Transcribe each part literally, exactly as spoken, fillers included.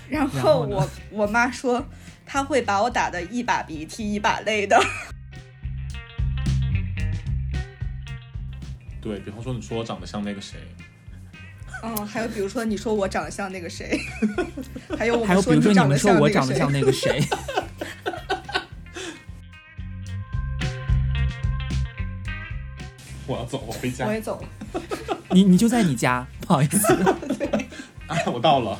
然后我我妈说她会把我打得一把鼻涕一把泪的。 对，比方说你说我长得像那个谁， 嗯，还有比如说你说我长得像那个谁，还有我还有比如说你们说我长得像那个谁。 我要走，我回家。 我也走了。 你你就在你家，不好意思。 对， 啊，我到了。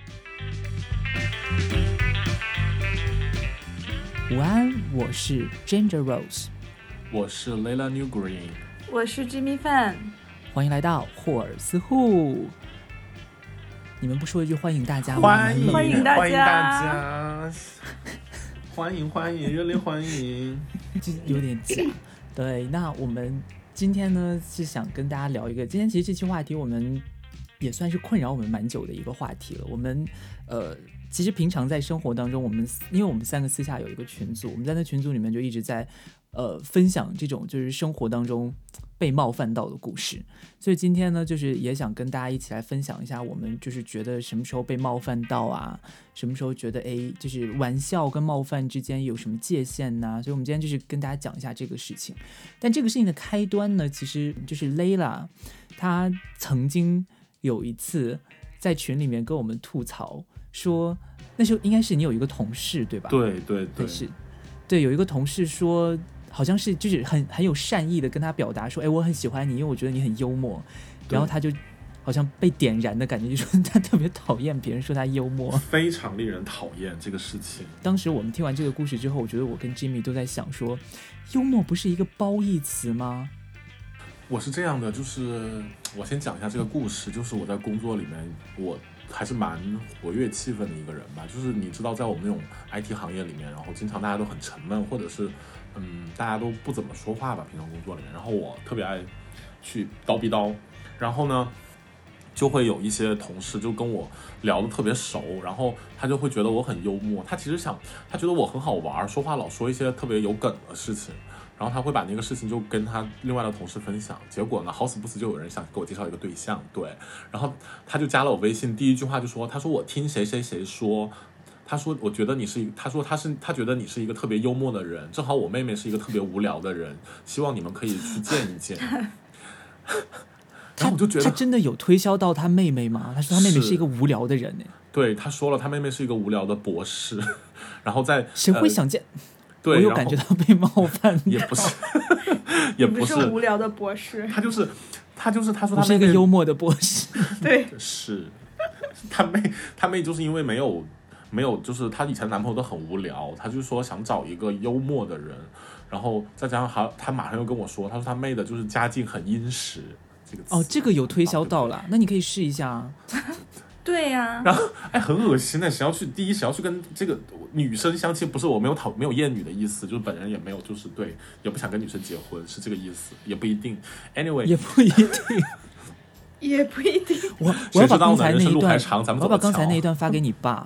午安，我是 Ginger Rose， 我是 Layla New Green， 我是 Jimmy Fan， 欢迎来到霍尔斯户。你们不说一句欢迎大家吗？ 欢迎欢迎大家， 欢迎大家，欢迎欢迎，热烈欢迎。 就有点假。对，那我们今天呢是想跟大家聊一个，今天其实这期话题我们也算是困扰我们蛮久的一个话题了。我们呃，其实平常在生活当中，我们因为我们三个私下有一个群组，我们在那群组里面就一直在呃分享这种就是生活当中被冒犯到的故事。所以今天呢，就是也想跟大家一起来分享一下，我们就是觉得什么时候被冒犯到啊，什么时候觉得哎，就是玩笑跟冒犯之间有什么界限呢、啊？所以我们今天就是跟大家讲一下这个事情。但这个事情的开端呢，其实就是 Layla 她曾经有一次在群里面跟我们吐槽说，那时候应该是你有一个同事对吧？ 对对对， 是，对，有一个同事说。好像是就是很很有善意的跟他表达说，哎，我很喜欢你，因为我觉得你很幽默。然后他就好像被点燃的感觉，就说他特别讨厌别人说他幽默， 非常令人讨厌这个事情。 当时我们听完这个故事之后，我觉得我跟 Jimmy 都在想说，幽默不是一个褒义词吗？ 我是这样的，就是我先讲一下这个故事，就是我在工作里面，我还是蛮活跃气氛的一个人吧。就是你知道，在我们那种 I T 行业里面，然后经常大家都很沉闷，或者是嗯，大家都不怎么说话吧，平常工作里面。然后我特别爱去叨逼叨，然后呢，就会有一些同事就跟我聊得特别熟，然后他就会觉得我很幽默。他其实想，他觉得我很好玩，说话老说一些特别有梗的事情，然后他会把那个事情就跟他另外的同事分享。结果呢，好死不死就有人想给我介绍一个对象，对，然后他就加了我微信，第一句话就说，他说我听谁谁谁说。他说我觉得你是一他说他是他觉得你是一个特别幽默的人，正好我妹妹是一个特别无聊的人，希望你们可以去见一见。然后我就觉得他真的有推销到他妹妹吗？他说他妹妹是一个无聊的人呢。 对，他说了他妹妹是一个无聊的博士，然后在谁会想见、呃、 对， 我有感觉到被冒犯。 也不是也不是无聊的博士， 他就是他就是他说他妹妹是一个幽默的博士。 对， 是他妹他妹就是因为没有没有，就是她以前男朋友都很无聊，她就说想找一个幽默的人，然后再加上她，她马上又跟我说，她说她妹的就是家境很殷实，这个词哦，这个有推销到了，啊、那你可以试一下啊。 对呀、啊， 然后哎，很恶心的，谁要去第一谁要去跟这个女生相亲，不是我没有讨没有厌女的意思，就是本人也没有就是对，也不想跟女生结婚，是这个意思，也不一定。Anyway， 也不一定。 也不一定。 我我要把刚才那一段， 我要把刚才那一段发给你爸。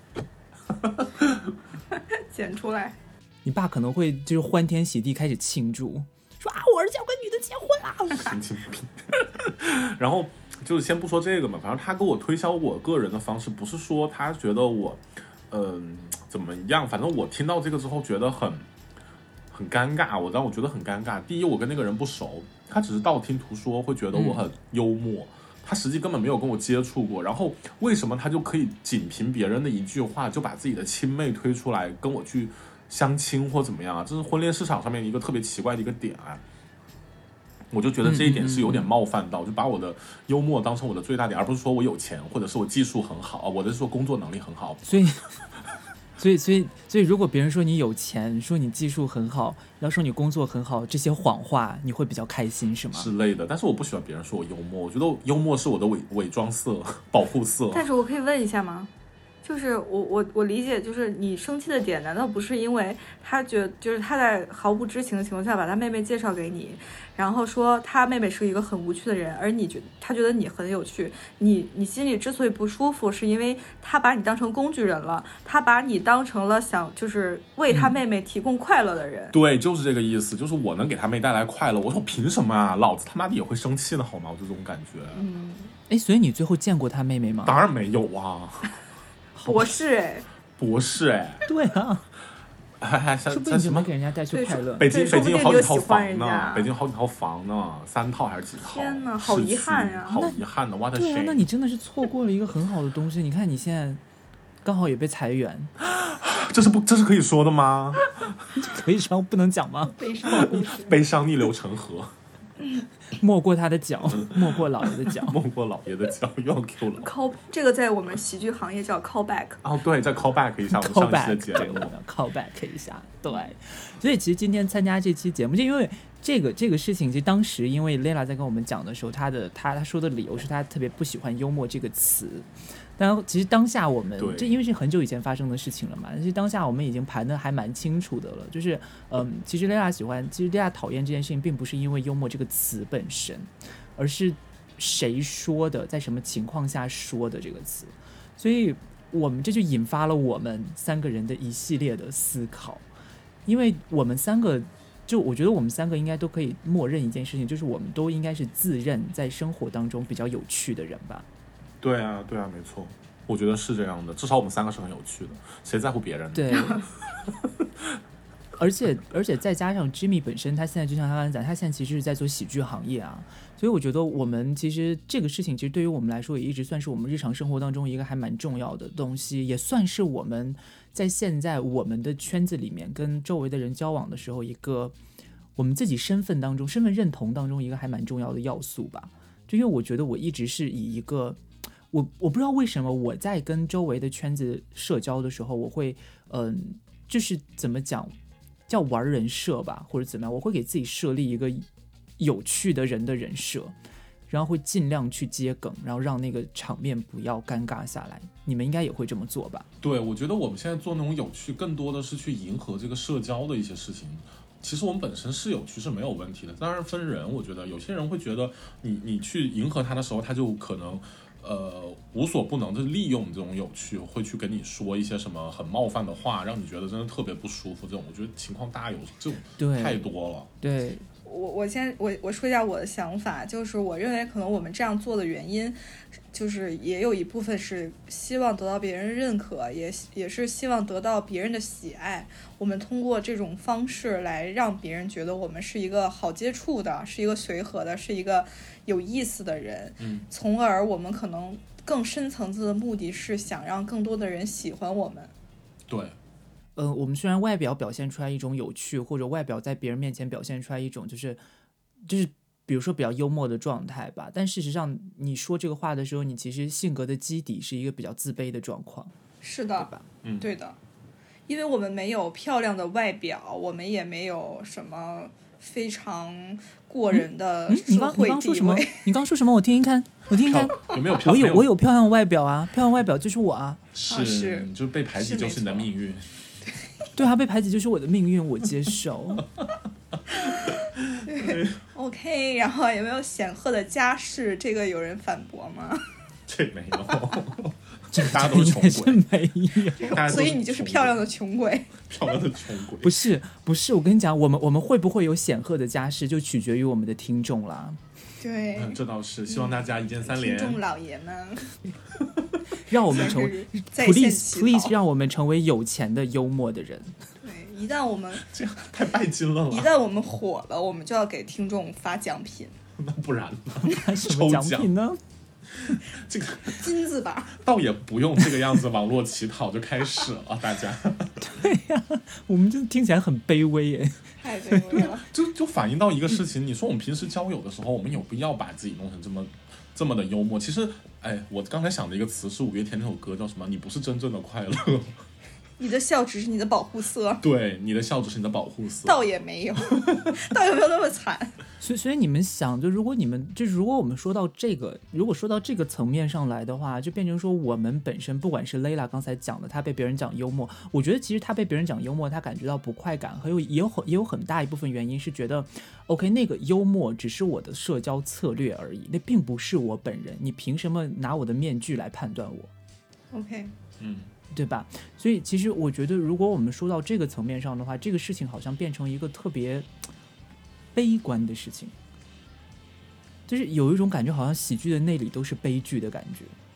剪出来， 你爸可能会就是欢天喜地开始庆祝，说啊，我儿子要跟女的结婚啦！ 神经病。然后就是先不说这个嘛，反正他给我推销我个人的方式，不是说他觉得我，嗯、呃，怎么样，反正我听到这个之后觉得很很尴尬，我让我觉得很尴尬。第一，我跟那个人不熟，他只是道听途说，会觉得我很幽默。嗯，他实际根本没有跟我接触过，然后为什么他就可以仅凭别人的一句话就把自己的亲妹推出来跟我去相亲或怎么样啊？这是婚恋市场上面一个特别奇怪的一个点啊！我就觉得这一点是有点冒犯到，就把我的幽默当成我的最大点，而不是说我有钱或者是我技术很好，我的是说工作能力很好。 所以，所以，所以，所以，如果别人说你有钱，说你技术很好，要说你工作很好，这些谎话你会比较开心是吗？ 之类的，但是我不喜欢别人说我幽默，我觉得幽默是我的伪伪装色、保护色。 但是我可以问一下吗？就是我我我理解，就是你生气的点，难道不是因为他觉得就是他在毫不知情的情况下把他妹妹介绍给你，然后说他妹妹是一个很无趣的人，而你觉他觉得你很有趣，你你心里之所以不舒服，是因为他把你当成工具人了，他把你当成了想就是为他妹妹提供快乐的人。 嗯、对，就是这个意思，就是我能给他妹带来快乐，我说凭什么啊？老子他妈的也会生气的好吗？我就这种感觉。 嗯，哎，所以你最后见过他妹妹吗？ 当然没有啊。 博士哎， 博士哎， 对啊， 还还说不定在什么就能给人家带去快乐。 北京北京有好几套房呢，北京好几套房呢，三套还是几套？ 天哪，好遗憾呀！ 好遗憾的 ，what a 对啊， shame！ 那你真的是错过了一个很好的东西。你看你现在刚好也被裁员， 这是不这是可以说的吗？ 可以说不能讲吗？ 悲伤悲伤逆流成河。 没过他的脚，没过老爷的脚， 没过老爷的脚，又要 Q 了。 call 这个在我们喜剧行业叫 callback。 哦，对，再 callback 一下我们上一期的节目 ，callback 一下，对。所以其实今天参加这期节目，就因为这个这个事情，其实当时因为 Layla 在跟我们讲的时候，他的他他说的理由是他特别不喜欢幽默这个词。但其实当下我们这因为是很久以前发生的事情了嘛，其实当下我们已经盘的还蛮清楚的了。就是嗯，其实 Layla 喜欢，其实 Layla 讨厌这件事情，并不是因为幽默这个词本身，而是谁说的，在什么情况下说的这个词。所以我们这就引发了我们三个人的一系列的思考，因为我们三个。就我觉得我们三个应该都可以默认一件事情，就是我们都应该是自认在生活当中比较有趣的人吧。 对啊，对啊，没错，我觉得是这样的。至少我们三个是很有趣的，谁在乎别人？ 对。而且而且再加上 Jimmy 本身，他现在就像他刚才讲，他现在其实是在做喜剧行业啊，所以我觉得我们其实这个事情，其实对于我们来说，也一直算是我们日常生活当中一个还蛮重要的东西，也算是我们在现在我们的圈子里面跟周围的人交往的时候，一个我们自己身份当中、身份认同当中一个还蛮重要的要素吧。就因为我觉得我一直是以一个我我不知道为什么我在跟周围的圈子社交的时候，我会嗯、呃，就是怎么讲叫玩人设吧，或者怎么样，我会给自己设立一个有趣的人的人设，然后会尽量去接梗，然后让那个场面不要尴尬下来。你们应该也会这么做吧？ 对，我觉得我们现在做那种有趣，更多的是去迎合这个社交的一些事情。其实我们本身是有趣是没有问题的，当然分人。我觉得有些人会觉得你你去迎合他的时候，他就可能呃无所不能，就是利用这种有趣，会去跟你说一些什么很冒犯的话，让你觉得真的特别不舒服。这种我觉得情况大有这种太多了。 对， 我我先我我说一下我的想法，就是我认为可能我们这样做的原因，就是也有一部分是希望得到别人认可，也也是希望得到别人的喜爱。我们通过这种方式来让别人觉得我们是一个好接触的，是一个随和的，是一个有意思的人， 嗯， 从而我们可能更深层次的目的是想让更多的人喜欢我们。 对。 呃，我们虽然外表表现出来一种有趣，或者外表在别人面前表现出来一种就是就是比如说比较幽默的状态吧，但事实上你说这个话的时候，你其实性格的基底是一个比较自卑的状况。 是的， 对吧？ 嗯， 对的，因为我们没有漂亮的外表，我们也没有什么非常过人的社会地位。 嗯嗯、你刚说什么？我听听看，我听听看。 有没有漂？ 我有我有漂亮的外表啊，漂亮外表就是我啊。 是， 啊是就是被排挤就是你的命运。 对啊，被排挤就是我的命运，我接受。 OK， 然后有没有显赫的家世？这个有人反驳吗？ 这没有，这大家都是穷鬼， 没有， 所以你就是漂亮的穷鬼。 漂亮的穷鬼， 不是不是，我跟你讲，我们我们会不会有显赫的家世，就取决于我们的听众啦。 对、 嗯，这倒是，希望大家一键三连。 听众老爷们， 让我们成为 please please 让我们成为有钱的幽默的人。 对，一旦我们这样太拜金了， 一旦我们火了，我们就要给听众发奖品。 那不然呢？ 发什么奖品呢？ 这个金子吧， 倒也不用这个样子网络乞讨就开始了，大家。 对呀、啊，我们就听起来很卑微耶。 太卑微了。 就就反映到一个事情，你说我们平时交友的时候，我们有必要把自己弄成这么这么的幽默？其实，哎，我刚才想的一个词是五月天那首歌叫什么？你不是真正的快乐。 你的笑只是你的保护色。 对，你的笑只是你的保护色。 倒也没有，倒也没有那么惨。 所以，所以你们想，就如果你们，就如果我们说到这个，如果说到这个层面上来的话，就变成说，我们本身不管是 Layla 刚才讲的，她被别人讲幽默，我觉得其实她被别人讲幽默，她感觉到不快感，还有也有也有很大一部分原因是觉得 ，OK， 那个幽默只是我的社交策略而已，那并不是我本人，你凭什么拿我的面具来判断我 ？OK， 嗯。 对吧？所以其实我觉得，如果我们说到这个层面上的话，这个事情好像变成一个特别悲观的事情，就是有一种感觉，好像喜剧的内里都是悲剧的感觉。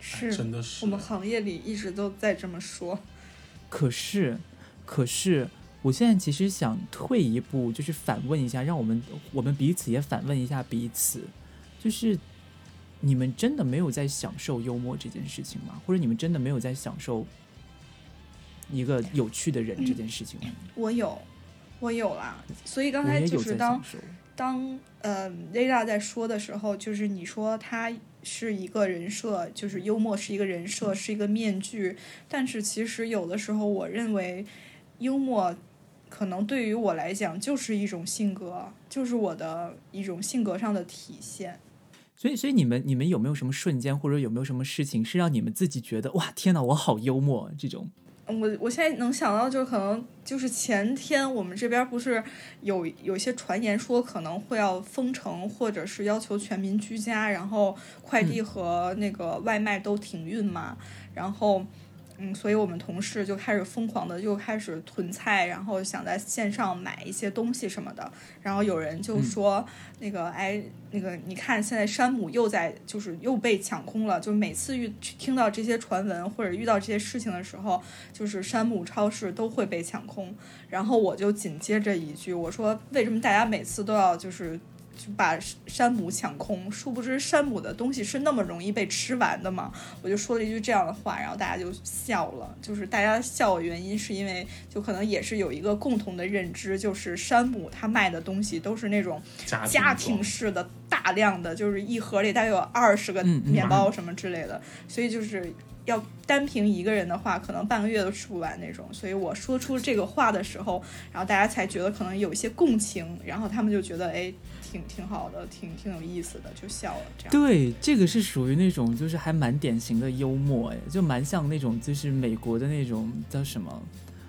是、 哎、真的是我们行业里一直都在这么说。 可是可是我现在其实想退一步，就是反问一下，让我们我们彼此也反问一下彼此，就是你们真的没有在享受幽默这件事情吗？或者你们真的没有在享受一个有趣的人这件事情吗？嗯、 我有我有啦，所以刚才就是当当呃 Leda 在说的时候，就是你说他是一个人设，就是幽默是一个人设，是一个面具，但是其实有的时候我认为幽默可能对于我来讲就是一种性格，就是我的一种性格上的体现。 所以所以你们你们有没有什么瞬间，或者有没有什么事情是让你们自己觉得哇天哪我好幽默这种？ 我我现在能想到就是可能就是前天我们这边不是有有一些传言说可能会要封城，或者是要求全民居家，然后快递和那个外卖都停运嘛、嗯、然后嗯，所以我们同事就开始疯狂的就开始囤菜，然后想在线上买一些东西什么的。然后有人就说、嗯、那个哎那个你看现在山姆又在就是又被抢空了，就每次遇听到这些传闻或者遇到这些事情的时候，就是山姆超市都会被抢空。然后我就紧接着一句我说为什么大家每次都要就是就把山姆抢空，殊不知山姆的东西是那么容易被吃完的吗？我就说了一句这样的话，然后大家就笑了。就是大家笑的原因是因为就可能也是有一个共同的认知，就是山姆他卖的东西都是那种家庭式的大量的，就是一盒里大概有二十个面包什么之类的、嗯嗯、所以就是要单凭一个人的话可能半个月都吃不完那种。所以我说出这个话的时候，然后大家才觉得可能有一些共情，然后他们就觉得哎挺挺好的，挺挺有意思的，就笑了。这样对，这个是属于那种就是还蛮典型的幽默，哎，就蛮像那种就是美国的那种叫什么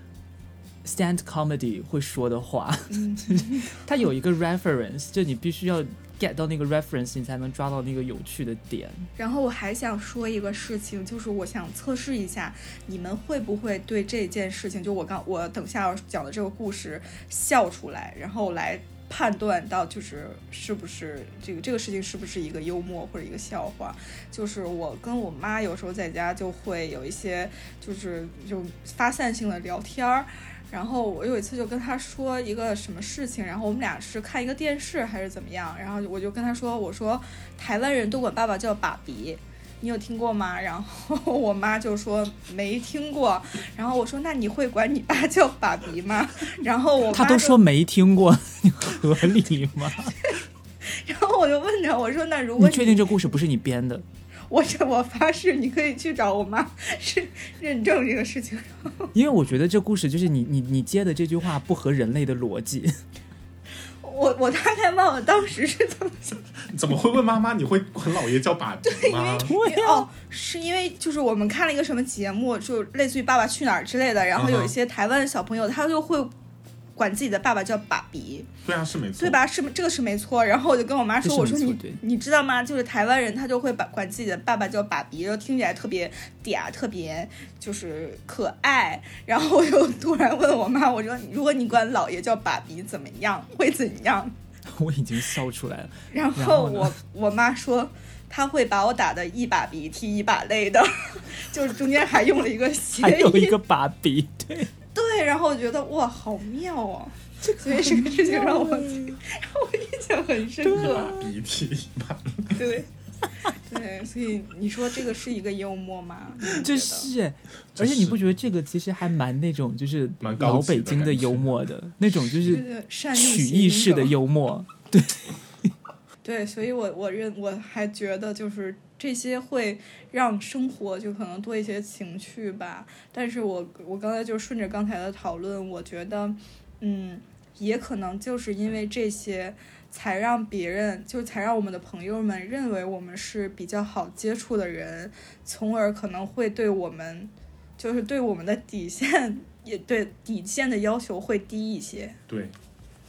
stand comedy 会说的话。嗯，它有一个 reference， 就你必须要 get 到那个 reference， 你才能抓到那个有趣的点。 然后我还想说一个事情，就是我想测试一下你们会不会对这件事情，就我刚我等下要讲的这个故事笑出来，然后来判断到就是是不是这个这个事情是不是一个幽默或者一个笑话。就是我跟我妈有时候在家就会有一些就是就发散性的聊天，然后我有一次就跟她说一个什么事情，然后我们俩是看一个电视还是怎么样，然后我就跟她说我说台湾人都管爸爸叫爸比，你有听过吗？然后我妈就说没听过，然后我说那你会管你爸叫爸比吗？然后我妈他都说没听过，你合理吗？ 然后我就问他，我说那如果你, 你确定这故事不是你编的？ 我我发誓你可以去找我妈是认证这个事情。 因为我觉得这故事就是你你你接的这句话不合人类的逻辑。 我我大概忘了当时是怎么想。 怎么会问妈妈你会管姥爷叫爸比吗？ 对，因为哦，是因为就是我们看了一个什么节目，就类似于《爸爸去哪儿》之类的，然后有一些台湾的小朋友，他就会管自己的爸爸叫爸比。 对啊，是没错， 对吧？是这个是没错。然后我就跟我妈说，我说你你知道吗？就是台湾人他就会把管自己的爸爸叫爸比，然后听起来特别嗲，特别就是可爱。然后我就突然问我妈，我说如果你管姥爷叫爸比怎么样？会怎样？ 我已经笑出来了。 然后我我妈说他会把我打得一把鼻涕一把泪的，就是中间还用了一个谐音， 还有一个把鼻，对对。然后我觉得哇，好妙啊！所以这个事情让我让我印象很深刻。 鼻涕一把泪， 对对，所以你说这个是一个幽默吗？ 这是，而且你不觉得这个其实还蛮那种就是老北京的幽默的那种，就是曲艺式的幽默，对对，所以我我认我还觉得就是这些会让生活就可能多一些情趣吧。但是我我刚才就顺着刚才的讨论，我觉得嗯，也可能就是因为这些才让别人就才让我们的朋友们认为我们是比较好接触的人，从而可能会对我们就是对我们的底线也对底线的要求会低一些。 对，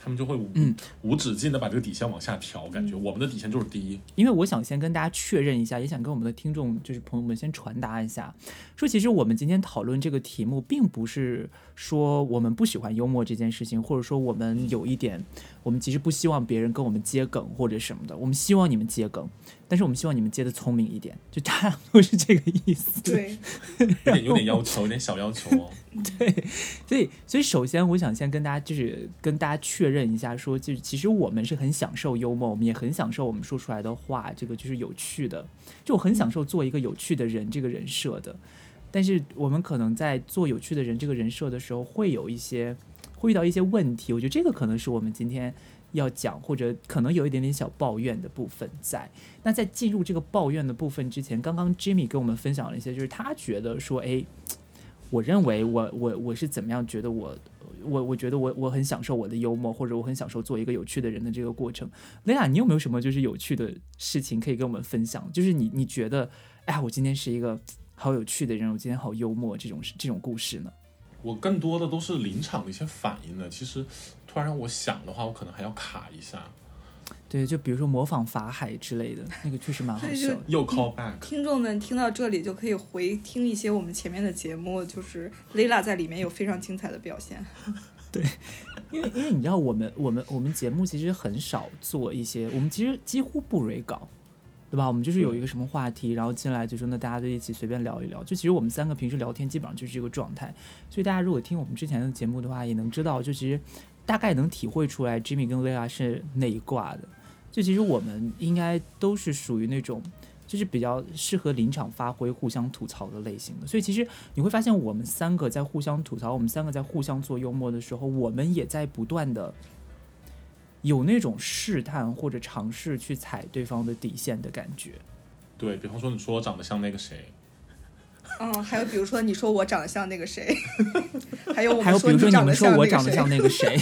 他们就会无、 嗯、 无止境的把这个底线往下调，感觉我们的底线就是第一。 因为我想先跟大家确认一下，也想跟我们的听众就是朋友们先传达一下，说其实我们今天讨论这个题目并不是说我们不喜欢幽默这件事情，或者说我们有一点我们其实不希望别人跟我们接梗或者什么的，我们希望你们接梗，但是我们希望你们接的聪明一点，就大家都是这个意思。 对， 有点有点要求，有点小要求哦。 对，所以所以首先我想先跟大家就是跟大家确认一下说，就其实我们是很享受幽默，我们也很享受我们说出来的话这个就是有趣的，就我很享受做一个有趣的人这个人设的，但是我们可能在做有趣的人这个人设的时候会有一些会遇到一些问题，我觉得这个可能是我们今天要讲或者可能有一点点小抱怨的部分在。那在进入这个抱怨的部分之前，刚刚 Jimmy 跟我们分享了一些就是他觉得说哎，我认为我我我是怎么样觉得我我我觉得我我很享受我的幽默，或者我很享受做一个有趣的人的这个过程。雷亚，你有没有什么就是有趣的事情可以跟我们分享？就是你你觉得哎，我今天是一个好有趣的人，我今天好幽默这种这种故事呢？ 我更多的都是临场的一些反应呢。其实突然让我想的话，我可能还要卡一下。 对，就比如说模仿法海之类的，那个确实蛮好笑的。 又 call back， 听众们听到这里就可以回听一些我们前面的节目，就是 Layla 在里面有非常精彩的表现。 对，因为因为你知道我们我们我们节目其实很少做一些，我们其实几乎不蕊稿，对吧？我们就是有一个什么话题，然后进来就说那大家就一起随便聊一聊。就其实我们三个平时聊天基本上就是这个状态，所以大家如果听我们之前的节目的话，也能知道，就其实大概能体会出来 Jimmy 跟 Layla 是哪一挂的。就其实我们应该都是属于那种就是比较适合临场发挥互相吐槽的类型的，所以其实你会发现我们三个在互相吐槽，我们三个在互相做幽默的时候，我们也在不断的有那种试探或者尝试去踩对方的底线的感觉。 对，比方说你说我长得像那个谁， 嗯，还有比如说你说我长得像那个谁，还有我还有比如说你们说我长得像那个谁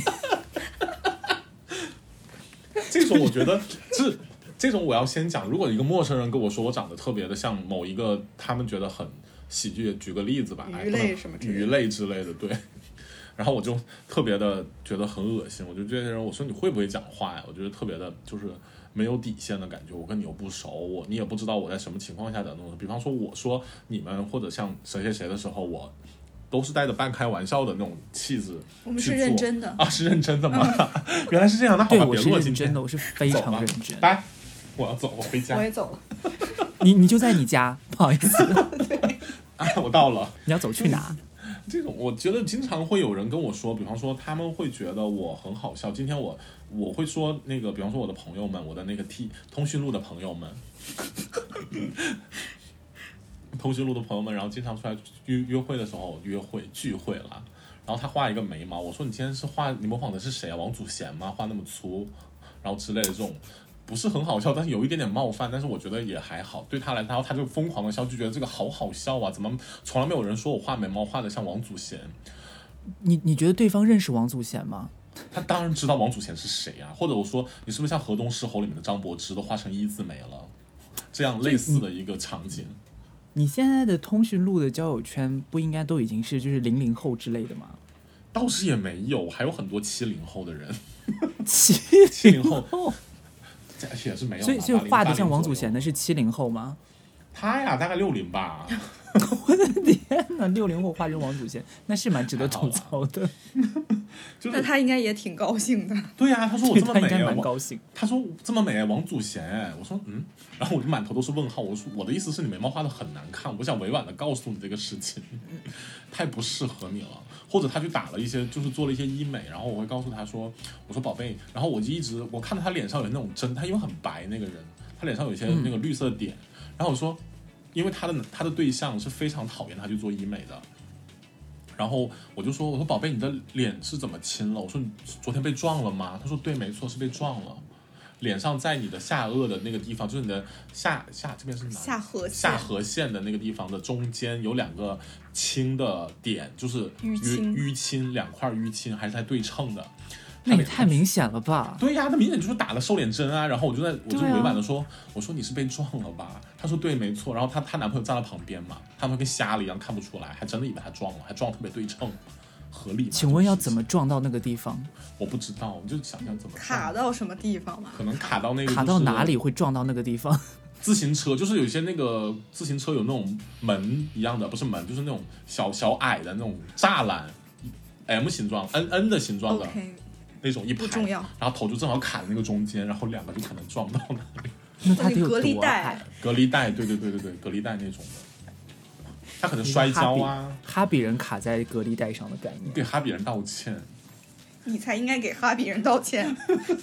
这种我觉得是这种我要先讲，如果一个陌生人跟我说我长得特别的像某一个他们觉得很喜剧，举个例子吧， 鱼类什么之类的， 鱼类之类的，对，然后我就特别的觉得很恶心，我就这些人我说你会不会讲话呀？我觉得特别的就是没有底线的感觉，我跟你又不熟，我你也不知道我在什么情况下的那种，比方说我说你们或者像谁谁谁的时候，我都是带着半开玩笑的那种气质， 我们是认真的啊，是认真的吗？嗯、原来是这样，那好吧， 对，我是认真的，我是非常认真。 来，我要走，我回家。 我也走了。 你你就在你家，不好意思。 啊，我到了。 你要走去哪？ 这种我觉得经常会有人跟我说，比方说他们会觉得我很好笑。今天我我会说那个，比方说我的朋友们，我的那个 T 通讯录的朋友们。通讯录的朋友们，然后经常出来约约会的时候，约会聚会了，然后他画一个眉毛，我说你今天是画你模仿的是谁啊？王祖贤吗？画那么粗，然后之类的这种，不是很好笑，但是有一点点冒犯，但是我觉得也还好，对他来，然后他就疯狂的笑，就觉得这个好好笑啊！怎么从来没有人说我画眉毛画的像王祖贤？ 你你觉得对方认识王祖贤吗？ 他当然知道王祖贤是谁啊，或者我说你是不是像河东狮吼里面的张柏芝都画成一字眉了？这样类似的一个场景。 你现在的通讯录的交友圈不应该都已经是就是零零后之类的吗？ 倒是也没有，还有很多七零后的人。 七七零后，这也是没有。 所以所以画的像王祖贤的是七零后吗？ 他呀，大概六零吧。 我的天哪，六零后画成王祖贤，那是蛮值得吐槽的。 就是、 那他应该也挺高兴的。 对呀、啊，他说我这么美， 他应该蛮高兴。 他说这么美，王祖贤，我说嗯，然后我就满头都是问号。我说我的意思是你眉毛画的很难看，我想委婉的告诉你这个事情，太不适合你了。或者他去打了一些，就是做了一些医美，然后我会告诉他说，我说宝贝，然后我就一直我看到他脸上有那种针，他因为很白那个人，他脸上有一些那个绿色点，嗯、然后我说。因为他的他的对象是非常讨厌他去做医美的，然后我就说我说宝贝你的脸是怎么青了？我说你昨天被撞了吗？他说对，没错是被撞了，脸上在你的下颚的那个地方，就是你的下下这边是哪？ 下颌下颌线的那个地方的中间有两个青的点，就是淤青淤青两块淤青还是在对称的。 那也太明显了吧？ 对呀、啊，那明显就是打了瘦脸针啊！然后我就在我就委婉的说，啊、我说你是被撞了吧？他说对，没错。然后她她男朋友站在旁边嘛，他们跟瞎了一样看不出来，还真的以为他撞了，还撞得特别对称。 合理吗？ 请问要怎么撞到那个地方？ 我不知道，我就想想怎么卡到什么地方嘛？ 可能卡到那个、就是、 卡到哪里会撞到那个地方？ 自行车就是有些那个自行车有那种门一样的，不是门，就是那种小小矮的那种栅栏 ，M 形状 ，N N 的形状的。 Okay. 那种一排， 不重要， 然后头就正好卡在那个中间，然后两个就可能撞到那里。 那它得有多隔离带， 隔离带，对对对对对，隔离带那种的，他可能摔跤啊。 哈比人卡在隔离带上的概念， 给哈比人道歉。 你才应该给哈比人道歉。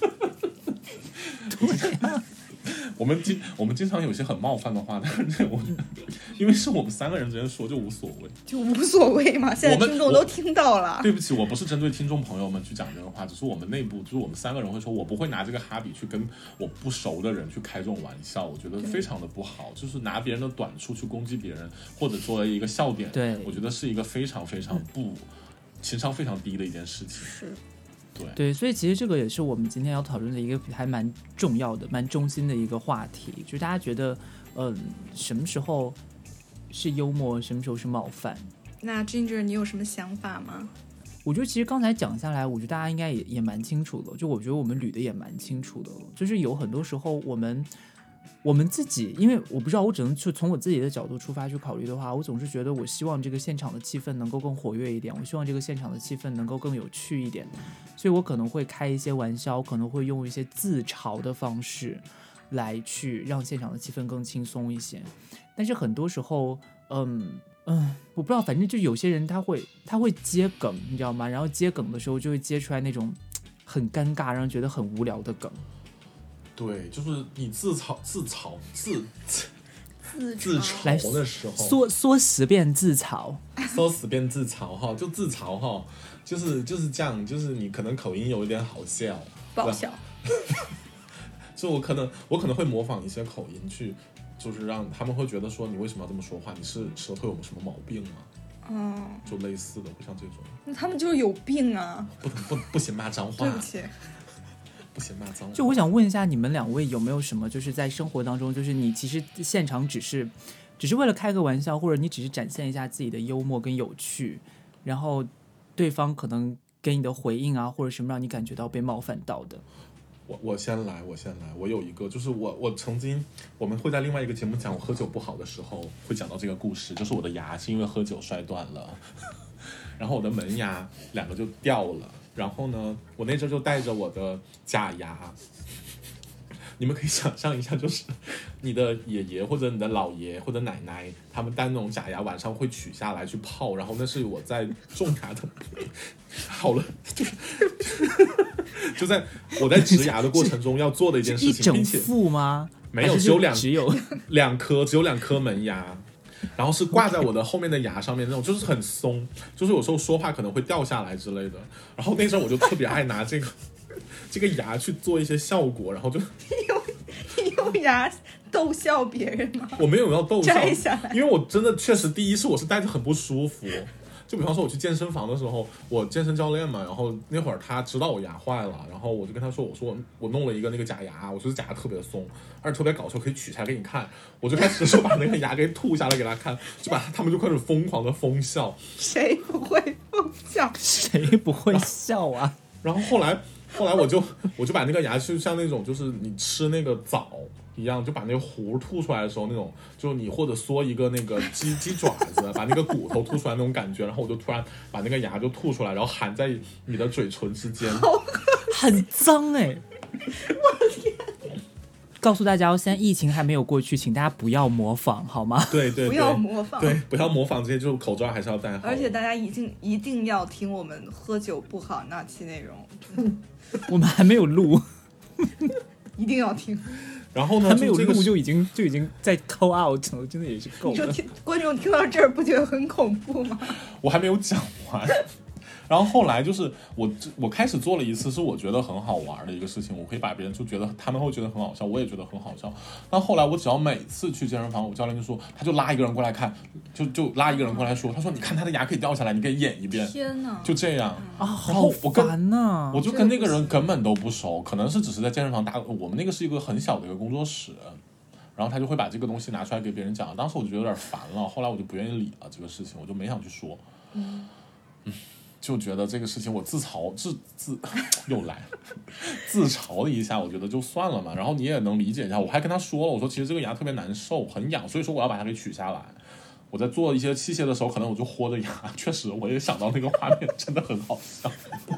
对啊。 我们经我们经常有些很冒犯的话，但是我因为是我们三个人之间说就无所谓， 就无所谓嘛。现在听众都听到了。 对不起，我不是针对听众朋友们去讲这个话，只是我们内部就是我们三个人会说，我不会拿这个哈比去跟我不熟的人去开这种玩笑，我觉得非常的不好。就是拿别人的短处去攻击别人，或者作为一个笑点， 对， 我觉得是一个非常非常不、嗯、情商非常低的一件事情。 是。 对, 对，所以其实这个也是我们今天要讨论的一个还蛮重要的、蛮中心的一个话题，就是大家觉得，嗯、呃，什么时候是幽默，什么时候是冒犯？ 那 Ginger， 你有什么想法吗？ 我觉得其实刚才讲下来，我觉得大家应该也也蛮清楚的，就我觉得我们捋的也蛮清楚的，就是有很多时候我们。我们自己，因为我不知道，我只能去从我自己的角度出发去考虑的话，我总是觉得我希望这个现场的气氛能够更活跃一点，我希望这个现场的气氛能够更有趣一点，所以我可能会开一些玩笑，可能会用一些自嘲的方式来去让现场的气氛更轻松一些。但是很多时候，嗯嗯，我不知道，反正就有些人他会他会接梗，你知道吗？然后接梗的时候就会接出来那种很尴尬，让人觉得很无聊的梗。 对，就是你自嘲、自嘲、自自自嘲的时候， 说说十遍自嘲， 说十遍自嘲哈，就自嘲哈，就是就是这样，就是你可能口音有一点好笑， 爆笑， 就我可能我可能会模仿一些口音去，就是让他们会觉得说你为什么要这么说话？你是舌头有什么毛病吗？ 嗯， 就类似的，会像这种。 那他们就是有病啊！ 不不不行骂脏话， 对不起。 不行骂脏话。 就我想问一下你们两位有没有什么就是在生活当中，就是你其实现场只是只是为了开个玩笑，或者你只是展现一下自己的幽默跟有趣，然后对方可能给你的回应啊或者什么让你感觉到被冒犯到的。 我我先来我先来我有一个，就是我我曾经我们会在另外一个节目讲我喝酒不好的时候会讲到这个故事，就是我的牙是因为喝酒摔断了，然后我的门牙两个就掉了，然后呢我那阵就带着我的假牙，你们可以想象一下，就是你的爷爷或者你的姥爷或者奶奶他们戴那种假牙晚上会取下来去泡，然后那是我在种牙的好了就是就在我在植牙的过程中要做的一件事情， 并且一整副吗？ 没有，只有两只有两颗，只有两颗门牙，然后是挂在我的后面的牙上面那种，就是很松，就是有时候说话可能会掉下来之类的。然后那阵我就特别爱拿这个这个牙去做一些效果，然后就你用牙逗笑别人吗？ 我没有要逗笑， 摘下来， 因为我真的确实第一是我是戴着很不舒服。就比方说我去健身房的时候，我健身教练嘛，然后那会儿他知道我牙坏了，然后我就跟他说，我说我我弄了一个那个假牙，我说假牙特别松，而且特别搞笑，可以取下来给你看。我就开始说把那个牙给吐下来给他看，就把他们就开始疯狂的疯笑。 谁不会疯笑？ 谁不会笑啊？ 然后后来后来我就我就把那个牙就像那种就是你吃那个枣一样，就把那个核吐出来的时候那种，就你或者嗦一个那个鸡鸡爪子，把那个骨头吐出来那种感觉，然后我就突然把那个牙就吐出来，然后含在你的嘴唇之间， 很脏哎、欸！ 我的天！ 告诉大家，现在疫情还没有过去，请大家不要模仿好吗？ 对对对， 不要模仿， 对，不要模仿这些，就是口罩还是要戴好。 而且大家一定一定要听我们喝酒不好那期内容， 我们还没有录， 一定要听。 然后呢， 还没有录就已经就已经在 call out 了，真的也是够了。 你说听观众听到这儿不觉得很恐怖吗？ 我还没有讲完。然后后来就是我我开始做了一次是我觉得很好玩的一个事情，我可以把别人就觉得他们会觉得很好笑，我也觉得很好笑。但后来我只要每次去健身房，我教练就说，他就拉一个人过来看，就就拉一个人过来说，他说你看他的牙可以掉下来，你可以演一遍。 天哪！ 就这样啊， 好烦呐！ 我就跟那个人根本都不熟，可能是只是在健身房打，我们那个是一个很小的一个工作室。然后他就会把这个东西拿出来给别人讲，当时我就觉得有点烦了，后来我就不愿意理了这个事情，我就没想去说。嗯嗯， 就觉得这个事情我自嘲自自又来自嘲了一下，我觉得就算了嘛。然后你也能理解一下，我还跟他说了，我说其实这个牙特别难受，很痒，所以说我要把它给取下来。我在做一些器械的时候，可能我就豁着牙，确实我也想到那个画面，真的很好笑。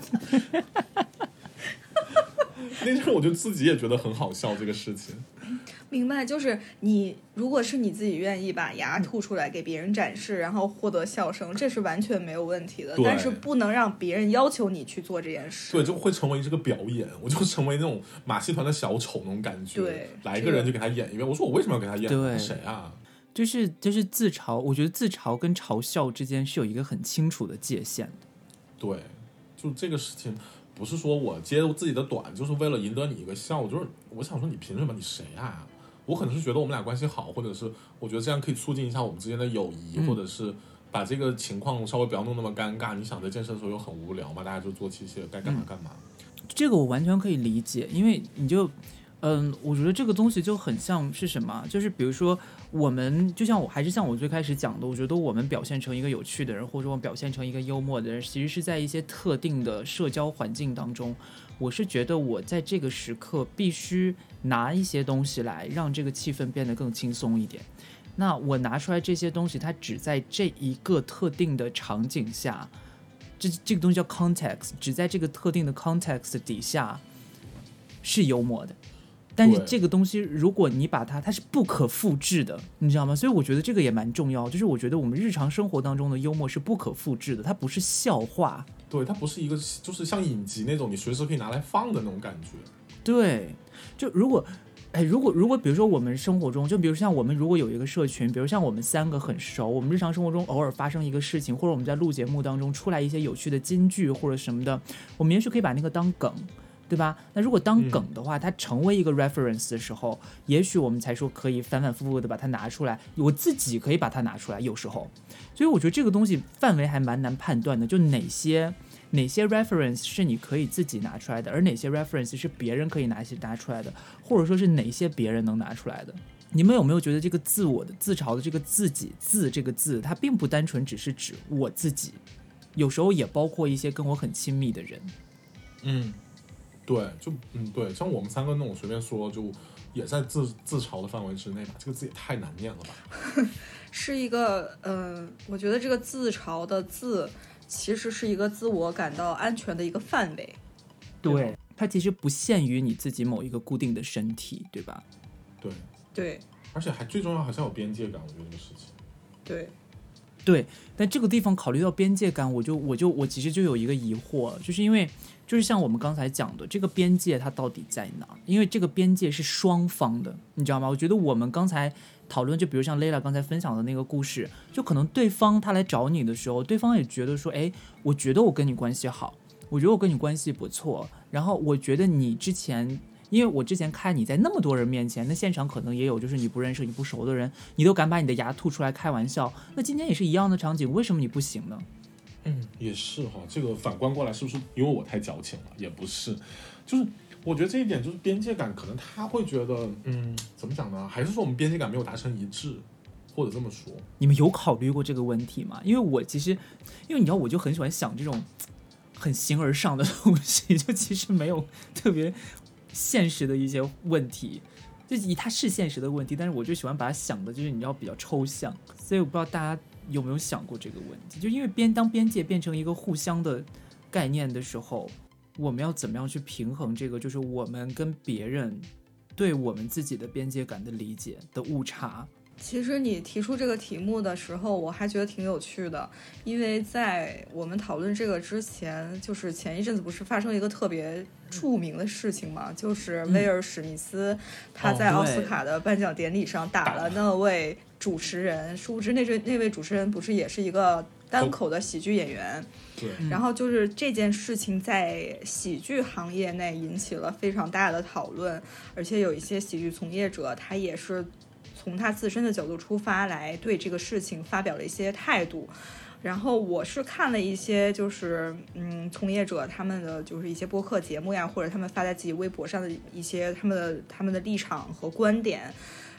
那阵我就自己也觉得很好笑这个事情。 明白，就是你如果是你自己愿意把牙吐出来给别人展示，然后获得笑声，这是完全没有问题的。但是不能让别人要求你去做这件事。 对，就会成为这个表演，我就成为那种马戏团的小丑那种感觉。 对， 来一个人就给他演一遍。我说我为什么要给他演？ 对， 谁啊？ 就是就是自嘲，我觉得自嘲跟嘲笑之间是有一个很清楚的界限的。 对，就这个事情。不是说我揭自己的短，就是为了赢得你一个笑，就是我想说你凭什么？你谁啊？我可能是觉得我们俩关系好，或者是我觉得这样可以促进一下我们之间的友谊，嗯、或者是把这个情况稍微不要弄那么尴尬。你想在健身的时候又很无聊嘛，大家就做器械，该干嘛干嘛、嗯。 这个我完全可以理解，因为你就嗯，我觉得这个东西就很像是什么，就是比如说我们就像我还是像我最开始讲的，我觉得我们表现成一个有趣的人，或者说我们表现成一个幽默的人，其实是在一些特定的社交环境当中，我是觉得我在这个时刻必须拿一些东西来让这个气氛变得更轻松一点。那我拿出来这些东西，它只在这一个特定的场景下，这这个东西叫 context， 只在这个特定的 context 底下是幽默的。但是这个东西如果你把它它是不可复制的，你知道吗？所以我觉得这个也蛮重要，就是我觉得我们日常生活当中的幽默是不可复制的，它不是笑话， 对，它不是一个就是像影集那种你随时可以拿来放的那种感觉。 对，就如果哎，如果如果比如说我们生活中，就比如像我们如果有一个社群，比如像我们三个很熟，我们日常生活中偶尔发生一个事情，或者我们在录节目当中出来一些有趣的金句或者什么的，我们也许可以把那个当梗，对吧？那如果当梗的话、嗯、它成为一个 reference 的时候，也许我们才说可以反反复复的把它拿出来，我自己可以把它拿出来，有时候。所以我觉得这个东西范围还蛮难判断的，就哪些哪些 reference 是你可以自己拿出来的，而哪些 reference 是别人可以拿拿出来的，或者说是哪些别人能拿出来的。你们有没有觉得这个自我的自嘲的这个自己自这个字，它并不单纯只是指我自己，有时候也包括一些跟我很亲密的人。 嗯，对，就嗯对，像我们三个那种随便说，就也在自自嘲的范围之内吧。这个字也太难念了吧？ 是一个呃，我觉得这个自嘲的字其实是一个自我感到安全的一个范围。 对，它其实不限于你自己某一个固定的身体，对吧？ 对对， 而且还最重要，好像有边界感，我觉得这个事情。 对。 对，但这个地方考虑到边界感，我就我就我其实就有一个疑惑，就是因为就是像我们刚才讲的，这个边界它到底在哪？因为这个边界是双方的，你知道吗？我觉得我们刚才讨论，就比如像 Layla 刚才分享的那个故事，就可能对方他来找你的时候，对方也觉得说，哎，我觉得我跟你关系好，我觉得我跟你关系不错，然后我觉得你之前。因为我之前看你在那么多人面前，那现场可能也有就是你不认识你不熟的人，你都敢把你的牙吐出来开玩笑，那今天也是一样的场景，为什么你不行呢？ 嗯，也是哈，这个反观过来是不是因为我太矫情了？也不是，就是我觉得这一点就是边界感，可能他会觉得，嗯，怎么讲呢？还是说我们边界感没有达成一致，或者这么说？ 你们有考虑过这个问题吗？因为我其实，因为你知道，我就很喜欢想这种很形而上的东西，就其实没有特别现实的一些问题，就以它是现实的问题，但是我就喜欢把它想的就是你要比较抽象，所以我不知道大家有没有想过这个问题，就因为边当边界变成一个互相的概念的时候，我们要怎么样去平衡这个就是我们跟别人对我们自己的边界感的理解的误差。 其实你提出这个题目的时候，我还觉得挺有趣的，因为在我们讨论这个之前，就是前一阵子不是发生一个特别著名的事情嘛，就是威尔史密斯、嗯、他在奥斯卡的颁奖典礼上打了那位主持人，殊不知那位那位主持人不是也是一个单口的喜剧演员。 对， 然后就是这件事情在喜剧行业内引起了非常大的讨论，而且有一些喜剧从业者他也是从他自身的角度出发来对这个事情发表了一些态度。然后我是看了一些就是嗯从业者他们的就是一些播客节目呀，或者他们发在自己微博上的一些他们的他们的立场和观点，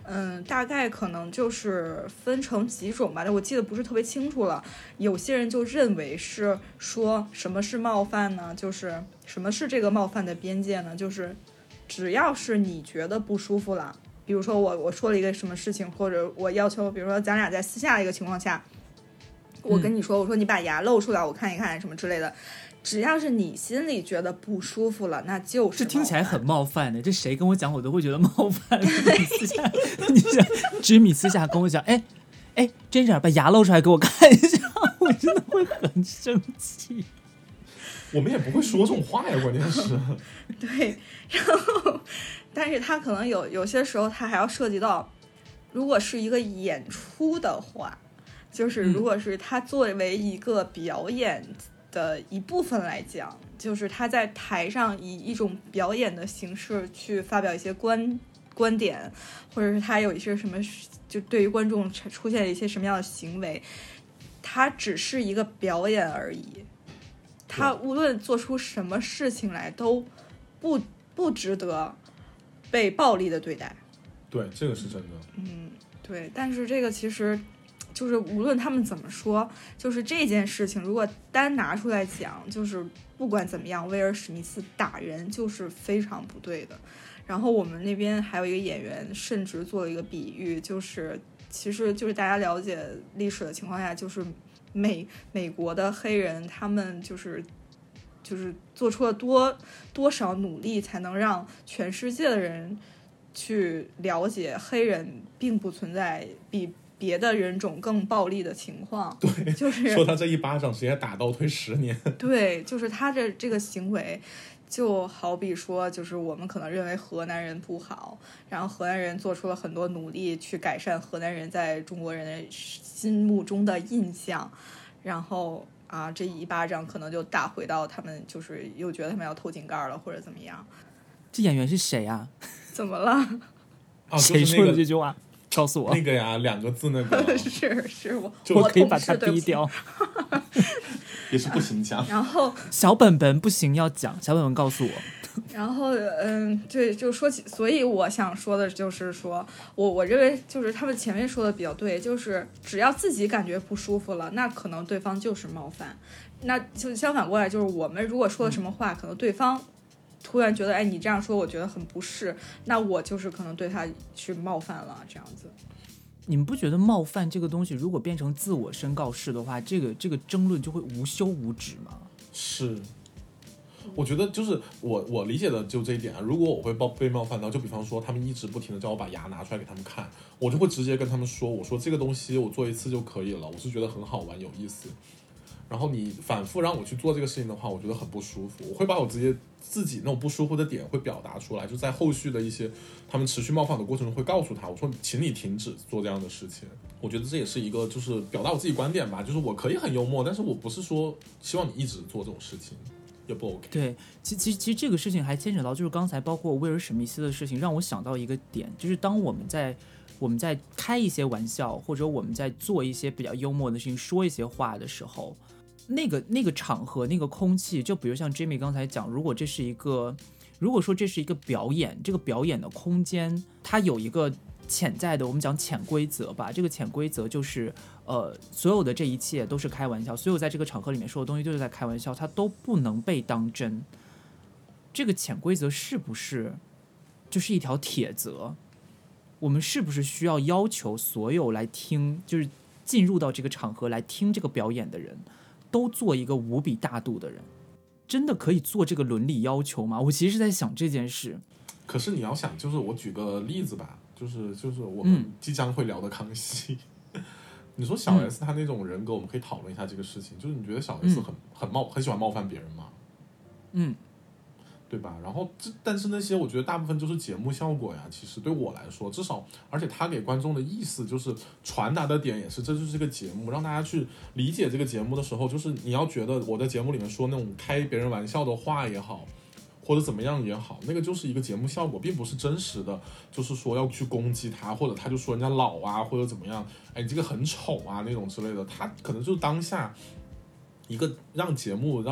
嗯，大概可能就是分成几种吧，我记得不是特别清楚了。有些人就认为是说什么是冒犯呢？就是什么是这个冒犯的边界呢？就是只要是你觉得不舒服了，比如说我我说了一个什么事情，或者我要求，比如说咱俩在私下的一个情况下，我跟你说，我说你把牙露出来，我看一看什么之类的。只要是你心里觉得不舒服了，那就是这听起来很冒犯的。这谁跟我讲，我都会觉得冒犯。你私下，你知米私下跟我讲，哎哎，真是把牙露出来给我看一下，我真的会很生气。 我们也不会说这种话呀，关键是。 对，然后，但是他可能有有些时候，他还要涉及到，如果是一个演出的话，就是如果是他作为一个表演的一部分来讲，就是他在台上以一种表演的形式去发表一些观观点，或者是他有一些什么，就对于观众出现一些什么样的行为，他只是一个表演而已。他无论做出什么事情来，都不不值得被暴力的对待。 对，这个是真的。 嗯，对。但是这个其实就是无论他们怎么说，就是这件事情如果单拿出来讲，就是不管怎么样，威尔史密斯打人就是非常不对的。然后我们那边还有一个演员甚至做了一个比喻，就是其实就是大家了解历史的情况下，就是美美国的黑人他们就是就是做出了多多少努力，才能让全世界的人去了解黑人并不存在比别的人种更暴力的情况。 对， 就是说他这一巴掌直接打倒退十年。 对，就是他的这个行为就好比说，就是我们可能认为河南人不好，然后河南人做出了很多努力去改善河南人在中国人的心目中的印象，然后啊，这一巴掌可能就打回到他们，就是又觉得他们要偷井盖了或者怎么样。 这演员是谁啊？ 怎么了？ 啊， 谁就是那个说的这句话？告诉我。 那个呀，两个字那个。 是是我， 我可以把它逼掉。 也是不行讲。 然后小本本不行要讲，小本本告诉我。 然后嗯，对，就说起，所以我想说的就是说，我我认为就是他们前面说的比较对，就是只要自己感觉不舒服了，那可能对方就是冒犯。那就相反过来，就是我们如果说了什么话，可能对方突然觉得，哎，你这样说我觉得很不适，那我就是可能对他去冒犯了，这样子。 你们不觉得冒犯这个东西，如果变成自我宣告式的话，这个这个争论就会无休无止吗？ 是，我觉得就是我我理解的就这一点啊。如果我会被冒犯到，就比方说他们一直不停的叫我把牙拿出来给他们看，我就会直接跟他们说，我说这个东西我做一次就可以了，我是觉得很好玩有意思。然后你反复让我去做这个事情的话，我觉得很不舒服。我会把我直接自己那种不舒服的点会表达出来，就在后续的一些他们持续冒犯的过程中会告诉他，我说请你停止做这样的事情。我觉得这也是一个就是表达我自己观点吧，就是我可以很幽默，但是我不是说希望你一直做这种事情，也不 OK。 对，其其其实这个事情还牵扯到就是刚才包括威尔史密斯的事情，让我想到一个点，就是当我们在我们在开一些玩笑，或者我们在做一些比较幽默的事情，说一些话的时候，那个那个场合那个空气，就比如像 Jimmy 刚才讲，如果这是一个如果说这是一个表演，这个表演的空间它有一个潜在的，我们讲潜规则吧，这个潜规则就是呃，所有的这一切都是开玩笑，所有在这个场合里面说的东西都是在开玩笑，它都不能被当真。这个潜规则是不是就是一条铁则？我们是不是需要要求所有来听，就是进入到这个场合来听这个表演的人都做一个无比大度的人？真的可以做这个伦理要求吗？我其实是在想这件事。 可是你要想，就是我举个例子吧，就是就是我们即将会聊的康熙、嗯、你说小 S 他那种人格，我们可以讨论一下这个事情、嗯、就是你觉得小 S 很、嗯、很冒很喜欢冒犯别人吗？ 嗯， 对吧？然后这但是那些我觉得大部分就是节目效果呀，其实对我来说至少，而且他给观众的意思就是传达的点也是，这就是这个节目，让大家去理解这个节目的时候，就是你要觉得我在节目里面说那种开别人玩笑的话也好，或者怎么样也好，那个就是一个节目效果，并不是真实的就是说要去攻击他，或者他就说人家老啊或者怎么样，哎你这个很丑啊那种之类的，他可能就是当下一个让节目让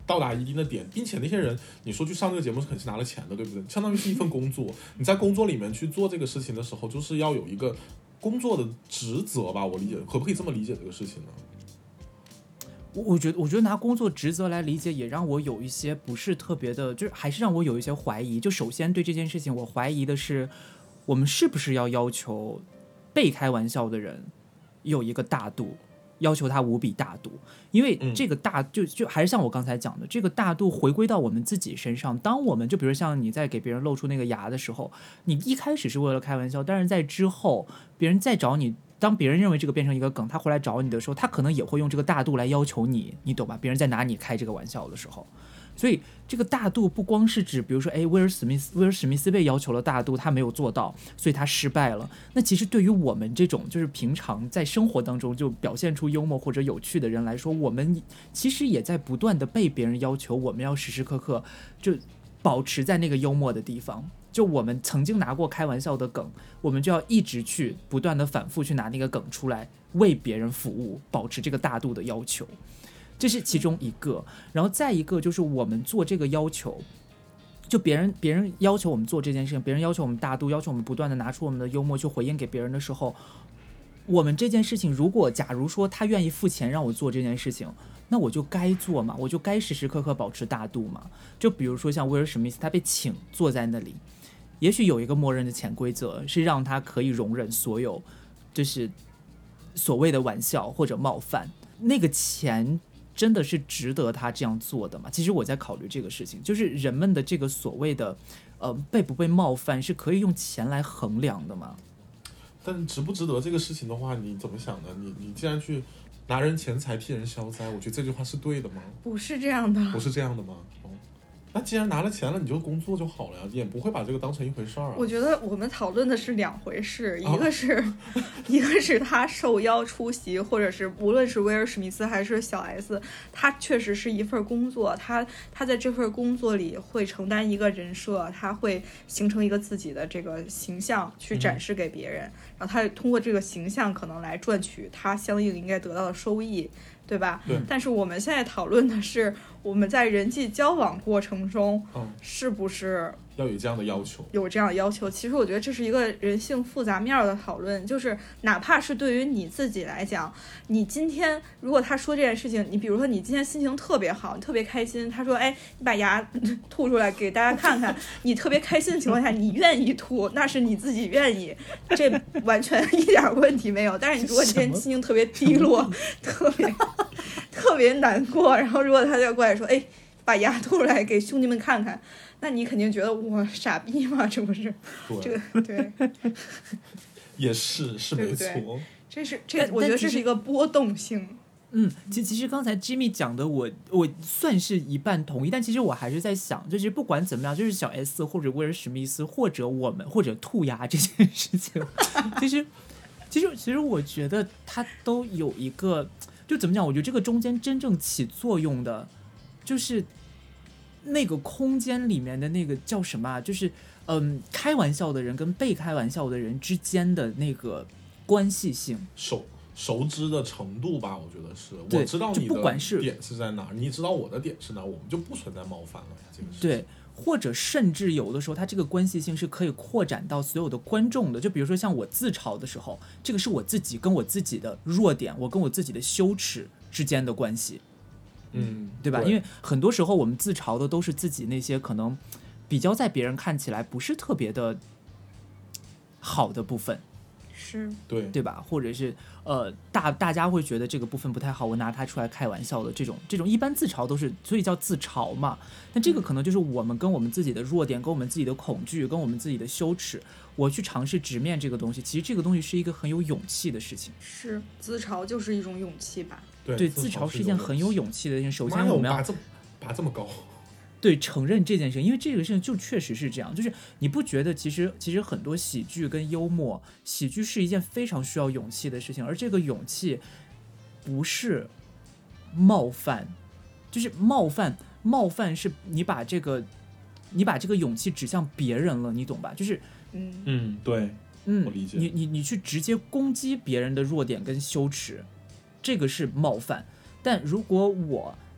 到达一定的点，并且那些人你说去上这个节目是肯定是拿了钱的，对不对？相当于是一份工作，你在工作里面去做这个事情的时候，就是要有一个工作的职责吧，我理解，可不可以这么理解这个事情呢？ 我我觉得，我觉得拿工作职责来理解，也让我有一些不是特别的，就是还是让我有一些怀疑。就首先对这件事情，我怀疑的是，我们是不是要要求被开玩笑的人有一个大度，要求他无比大度？因为这个大就就还是像我刚才讲的，这个大度回归到我们自己身上。当我们就比如像你在给别人露出那个牙的时候，你一开始是为了开玩笑，但是在之后别人再找你。当别人认为这个变成一个梗，他回来找你的时候，他可能也会用这个大度来要求你，你懂吧？别人在拿你开这个玩笑的时候，所以这个大度不光是指，比如说，哎，威尔史密斯，威尔史密斯被要求了大度，他没有做到，所以他失败了。那其实对于我们这种就是平常在生活当中就表现出幽默或者有趣的人来说，我们其实也在不断的被别人要求，我们要时时刻刻就保持在那个幽默的地方。就我们曾经拿过开玩笑的梗，我们就要一直去不断的反复去拿那个梗出来为别人服务，保持这个大度的要求，这是其中一个。然后再一个就是我们做这个要求，就别人别人要求我们做这件事情，别人要求我们大度，要求我们不断的拿出我们的幽默去回应给别人的时候，我们这件事情如果假如说他愿意付钱让我做这件事情，那我就该做嘛，我就该时时刻刻保持大度嘛。就比如说像威尔史密斯，他被请坐在那里，也许有一个默认的潜规则是让他可以容忍所有就是所谓的玩笑或者冒犯，那个钱真的是值得他这样做的吗？其实我在考虑这个事情，就是人们的这个所谓的呃被不被冒犯是可以用钱来衡量的吗？ 但值不值得这个事情的话，你怎么想呢？你你既然去拿人钱财替人消灾，我觉得这句话是对的吗？ 不是这样的， 不是这样的吗？哦，那既然拿了钱了，你就工作就好了呀，也不会把这个当成一回事儿啊。 我觉得我们讨论的是两回事，一个是、哦、一个是他受邀出席，或者是无论是威尔史密斯还是小 S， 他确实是一份工作，他他在这份工作里会承担一个人设，他会形成一个自己的这个形象去展示给别人、嗯、然后他通过这个形象可能来赚取他相应应该得到的收益，对吧？ 对。 但是我们现在讨论的是我们在人际交往过程中，嗯，是不是要有这样的要求？ 有这样的要求。其实我觉得这是一个人性复杂面的讨论，就是哪怕是对于你自己来讲，你今天如果他说这件事情，你比如说你今天心情特别好，你特别开心，他说，哎，你把牙吐出来给大家看看，你特别开心的情况下，你愿意吐，那是你自己愿意，这完全一点问题没有。但是你如果你今天心情特别低落，特别特别难过，然后如果他就过来说，哎，把牙吐出来给兄弟们看看，那你肯定觉得我傻逼嘛，这不是？这个对， 也是是没错。 对对，这是这，我觉得这是一个波动性。 嗯，其其实刚才 Jimmy 讲的我，我我算是一半同意，但其实我还是在想，就是不管怎么样，就是小 S 或者威尔史密斯，或者我们，或者兔牙这件事情，其实其实其实我觉得它都有一个。就怎么讲？我觉得这个中间真正起作用的，就是那个空间里面的那个叫什么啊？就是嗯，开玩笑的人跟被开玩笑的人之间的那个关系性， 熟熟知的程度吧，我觉得是。 我知道你的点是在哪，你知道我的点是哪，我们就不存在冒犯了呀。这个事情对。或者甚至有的时候它这个关系性是可以扩展到所有的观众的，就比如说像我自嘲的时候，这个是我自己跟我自己的弱点，我跟我自己的羞耻之间的关系， 嗯， 对吧？ 对， 因为很多时候我们自嘲的都是自己那些可能比较在别人看起来不是特别的好的部分， 是对对吧？或者是呃大大家会觉得这个部分不太好，我拿它出来开玩笑的这种这种一般自嘲都是，所以叫自嘲嘛。但这个可能就是我们跟我们自己的弱点，跟我们自己的恐惧，跟我们自己的羞耻，我去尝试直面这个东西。其实这个东西是一个很有勇气的事情。 是，自嘲就是一种勇气吧？ 对， 对，自嘲是一件很有勇气的事情。首先我们要拔这么拔这么高。 对，承认这件事情，因为这个事情就确实是这样，就是你不觉得其实其实很多喜剧跟幽默，喜剧是一件非常需要勇气的事情，而这个勇气不是冒犯，就是冒犯冒犯是你把这个你把这个勇气指向别人了，你懂吧？就是嗯嗯对嗯， 我理解。 你你你去直接攻击别人的弱点跟羞耻，这个是冒犯。但如果我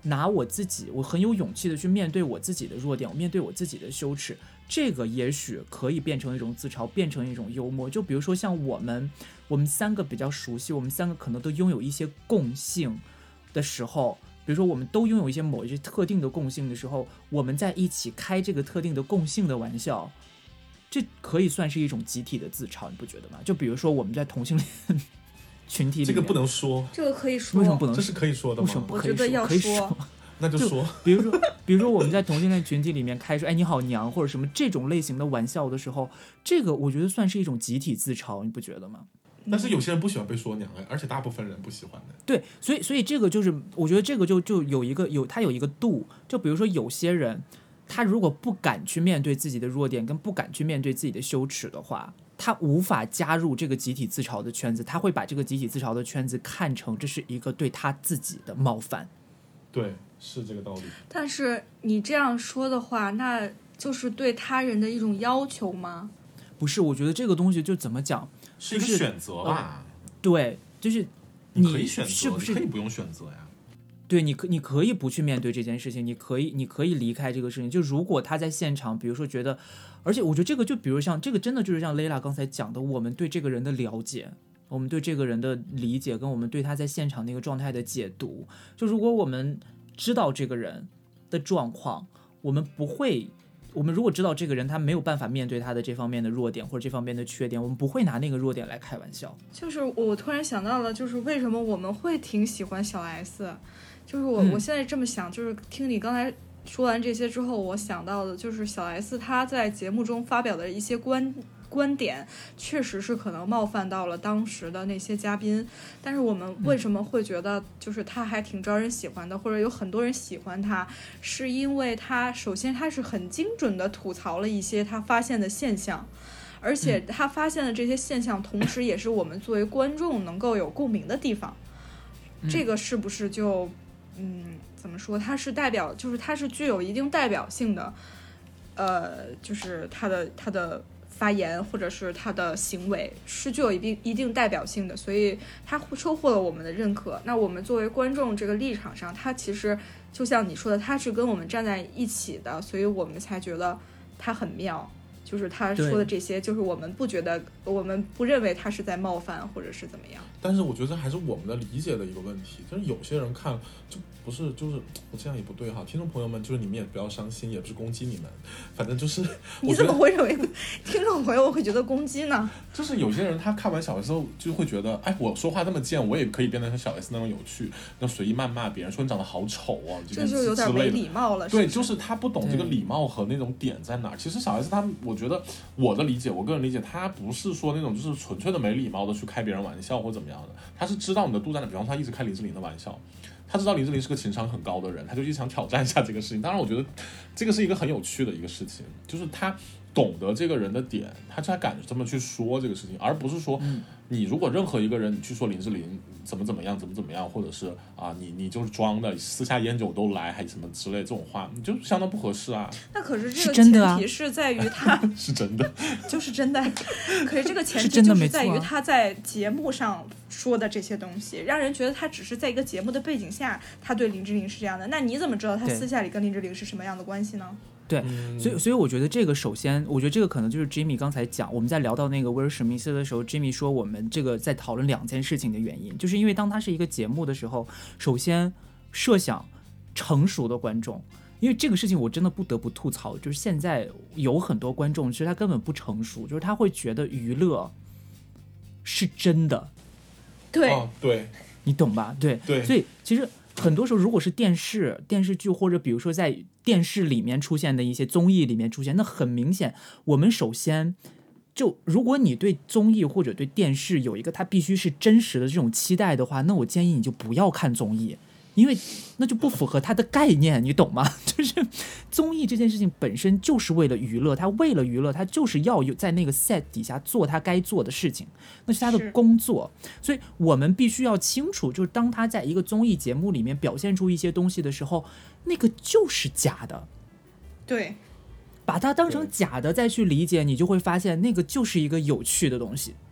拿我自己，我很有勇气的去面对我自己的弱点，我面对我自己的羞耻，这个也许可以变成一种自嘲，变成一种幽默。就比如说像我们我们三个比较熟悉，我们三个可能都拥有一些共性的时候，比如说我们都拥有一些某一些特定的共性的时候，我们在一起开这个特定的共性的玩笑，这可以算是一种集体的自嘲，你不觉得吗？就比如说我们在同性恋群体里面， 这个不能说， 这个可以说， 为什么不能说？ 这是可以说的吗？ 为什么不可以说？ 我觉得要可以说， 那就说。 比如说，比如说我们在同性恋群体里面开说“哎你好娘”或者什么这种类型的玩笑的时候，这个我觉得算是一种集体自嘲，你不觉得吗？ 但是有些人不喜欢被说娘哎，而且大部分人不喜欢的。 对，所以所以这个就是，我觉得这个就就有一个有它有一个度，就比如说有些人，他如果不敢去面对自己的弱点，跟不敢去面对自己的羞耻的话，他无法加入这个集体自嘲的圈子，他会把这个集体自嘲的圈子看成这是一个对他自己的冒犯。 对，是这个道理。 但是你这样说的话，那就是对他人的一种要求吗？ 不是，我觉得这个东西就怎么讲， 是一个选择吧。 呃、对，就是你可以选择， 是不是你可以不用选择呀？ 对，你可你可以不去面对这件事情，你可以你可以离开这个事情。就如果他在现场，比如说觉得，而且我觉得这个就比如像这个真的就是像 Layla 刚才讲的，我们对这个人的了解，我们对这个人的理解，跟我们对他在现场那个状态的解读，就如果我们知道这个人的状况，我们不会。我们如果知道这个人他没有办法面对他的这方面的弱点或者这方面的缺点，我们不会拿那个弱点来开玩笑。 就是我突然想到了，就是为什么我们会挺喜欢小 S， 就是我、嗯、我现在这么想，就是听你刚才说完这些之后，我想到的就是小 S 她在节目中发表的一些观观点确实是可能冒犯到了当时的那些嘉宾，但是我们为什么会觉得就是他还挺招人喜欢的，或者有很多人喜欢他，是因为他首先他是很精准的吐槽了一些他发现的现象，而且他发现的这些现象同时也是我们作为观众能够有共鸣的地方，这个是不是就嗯怎么说，它是代表就是它是具有一定代表性的，呃就是他的他的发言或者是他的行为是具有一定一定代表性的，所以他收获了我们的认可。那我们作为观众这个立场上，他其实就像你说的，他是跟我们站在一起的，所以我们才觉得他很妙。就是他说的这些，就是我们不觉得，我们不认为他是在冒犯或者是怎么样。 但是我觉得还是我们的理解的一个问题，就是有些人看就不是，就是我这样也不对哈，听众朋友们，就是你们也不要伤心，也不是攻击你们，反正就是你怎么会认为听众朋友会觉得攻击呢？ 就是有些人他看完小 S 之后就会觉得，哎，我说话那么贱，我也可以变得像小 S 那种有趣，那随意谩骂别人，说你长得好丑啊， 这就有点没礼貌了。 对，就是他不懂这个礼貌和那种点在哪儿。其实小 S 他，我觉得我的理解，我个人理解，他不是说那种就是纯粹的没礼貌的去开别人玩笑或怎么样的，他是知道你的度在哪。比方说他一直开林志玲的玩笑，他知道林志玲是个情商很高的人，他就一直想挑战一下这个事情。当然我觉得这个是一个很有趣的一个事情，就是他懂得这个人的点，他才敢这么去说这个事情，而不是说、嗯、你如果任何一个人你去说林志玲怎么怎么样怎么怎么样，或者是啊你你就是装的，私下烟酒都来还什么之类这种话，你就相当不合适啊。 那可是这个前提是在于他是真的就是真的，可是这个前提就是在于他在节目上说的这些东西，让人觉得他只是在一个节目的背景下他对林志玲是这样的，那你怎么知道他私下里跟林志玲是什么样的关系呢？ 对，所以所以我觉得这个首先，我觉得这个可能就是 Jimmy 刚才讲，我们在聊到那个威尔史密斯的时候 ，Jimmy 说我们这个在讨论两件事情的原因，就是因为当它是一个节目的时候，首先设想成熟的观众，因为这个事情我真的不得不吐槽，就是现在有很多观众其实他根本不成熟，就是他会觉得娱乐是真的， 对、 哦、对， 你懂吧？对对， 所以其实很多时候，如果是电视电视剧，或者比如说在电视里面出现的一些综艺里面出现，那很明显，我们首先就如果你对综艺或者对电视有一个它必须是真实的这种期待的话，那我建议你就不要看综艺，因为那就不符合它的概念，你懂吗？就是综艺这件事情本身就是为了娱乐，它为了娱乐，它就是要有在那个 set 底下做它该做的事情，那是它的工作。所以我们必须要清楚，就是当他在一个综艺节目里面表现出一些东西的时候，那个就是假的。 对， 把它当成假的再去理解，你就会发现那个就是一个有趣的东西。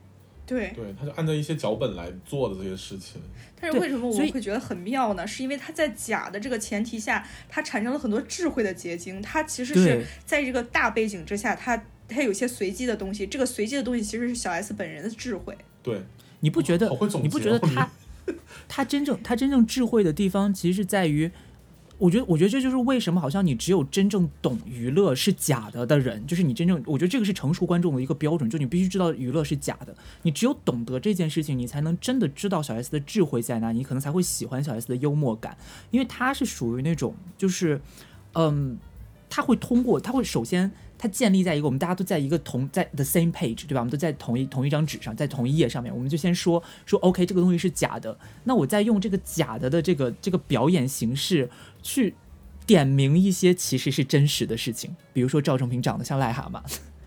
对对，他就按照一些脚本来做的这些事情。 但是为什么我们会觉得很妙呢？是因为它在假的这个前提下，它产生了很多智慧的结晶。它其实是在这个大背景之下，它它有些随机的东西。这个随机的东西其实是小 S 本人的智慧。 对， 你不觉得？你不觉得他他真正他真正智慧的地方，其实是在于。我觉得，我觉得这就是为什么好像你只有真正懂娱乐是假的的人，就是你真正，我觉得这个是成熟观众的一个标准，就你必须知道娱乐是假的，你只有懂得这件事情，你才能真的知道小 S 的智慧在哪，你可能才会喜欢小 S 的幽默感，因为他是属于那种，就是，嗯，他会通过，他会首先。它建立在一个我们大家都在一个同在 the same page， 对吧？我们都在同一同一张纸上，在同一页上面，我们就先说说 OK， 这个东西是假的。那我再用这个假的的这个这个表演形式去点明一些其实是真实的事情，比如说赵正平长得像癞蛤蟆，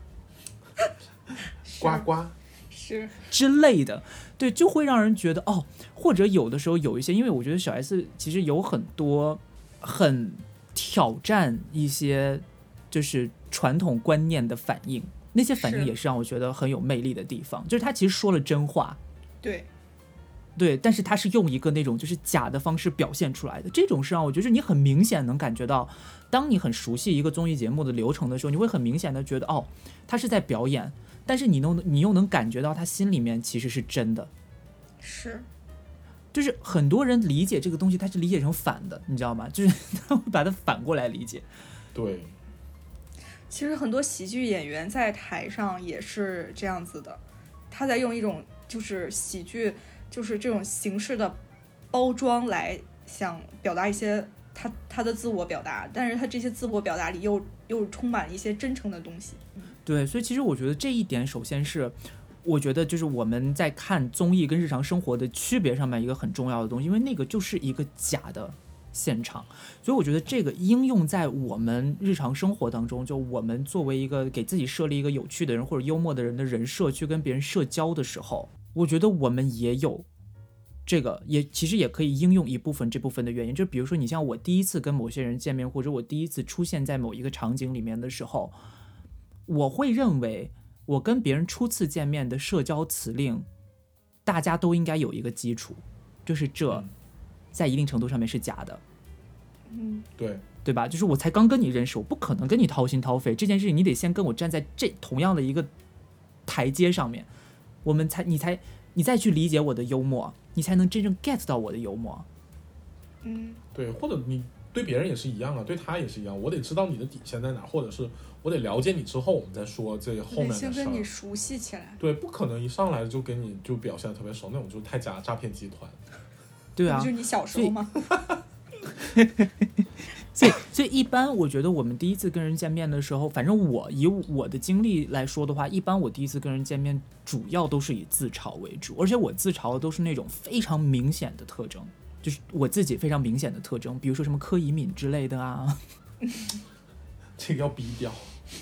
呱呱是之类的，对，就会让人觉得哦，或者有的时候有一些，因为我觉得小 S 其实有很多很挑战一些就是传统观念的反应，那些反应也是让我觉得很有魅力的地方，就是他其实说了真话， 对对，但是他是用一个那种就是假的方式表现出来的，这种是让我觉得你很明显能感觉到，当你很熟悉一个综艺节目的流程的时候，你会很明显的觉得哦，他是在表演，但是你能你又能感觉到他心里面其实是真的， 是。 就是很多人理解这个东西，他是理解成反的，你知道吗？就是他会把它反过来理解。 对。 其实很多喜剧演员在台上也是这样子的，他在用一种就是喜剧就是这种形式的包装来想表达一些他他的自我表达，但是他这些自我表达里又又充满一些真诚的东西。 对，所以其实我觉得这一点首先是我觉得就是我们在看综艺跟日常生活的区别上面一个很重要的东西，因为那个就是一个假的现场，所以我觉得这个应用在我们日常生活当中，就我们作为一个给自己设立一个有趣的人或者幽默的人的人设去跟别人社交的时候，我觉得我们也有这个，也其实也可以应用一部分这部分的原因，就比如说你像我第一次跟某些人见面，或者我第一次出现在某一个场景里面的时候，我会认为我跟别人初次见面的社交辞令大家都应该有一个基础，就是这在一定程度上面是假的， 嗯， 对对吧？就是我才刚跟你认识，我不可能跟你掏心掏肺，这件事情你得先跟我站在这同样的一个台阶上面，我们才你才你再去理解我的幽默，你才能真正 get 到我的幽默。 嗯， 对，或者你对别人也是一样啊，对他也是一样，我得知道你的底线在哪，或者是我得了解你之后，我们再说这后面的事儿。 先跟你熟悉起来。 对，不可能一上来就跟你就表现得特别熟，那种就是太假诈骗集团。 对啊， 不就是你小时候吗？ 所以，所以一般我觉得我们第一次跟人见面的时候，反正我以我的经历来说的话，一般我第一次跟人见面，主要都是以自嘲为主，而且我自嘲的都是那种非常明显的特征，就是我自己非常明显的特征，比如说什么柯以敏之类的啊。 这个要逼掉。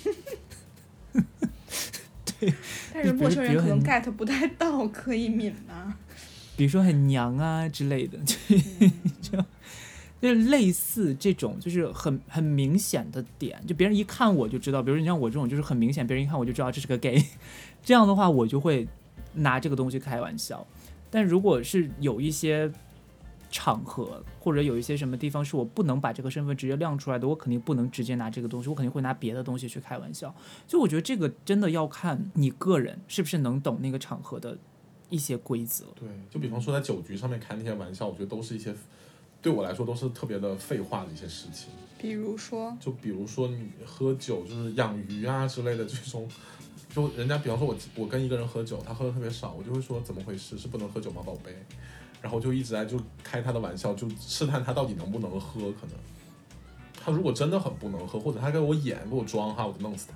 对， 但是陌生人可能 get 不太到柯以敏啊。 比如说很娘啊之类的，就就类似这种，就是很很明显的点，就别人一看我就知道，比如你像我这种，就是很明显，别人一看我就知道这是个 gay， 这样的话我就会拿这个东西开玩笑。但如果是有一些场合或者有一些什么地方是我不能把这个身份直接亮出来的，我肯定不能直接拿这个东西，我肯定会拿别的东西去开玩笑。所以我觉得这个真的要看你个人是不是能懂那个场合的一些规则。 对，就比方说在酒局上面开那些玩笑，我觉得都是一些对我来说都是特别的废话的一些事情。 比如说， 就比如说你喝酒就是养鱼啊之类的这种，就人家比方说我我跟一个人喝酒，他喝的特别少，我就会说怎么回事，是不能喝酒吗，宝贝？然后就一直在就开他的玩笑，就试探他到底能不能喝。可能他如果真的很不能喝，或者他跟我演给我装哈，我就弄死他。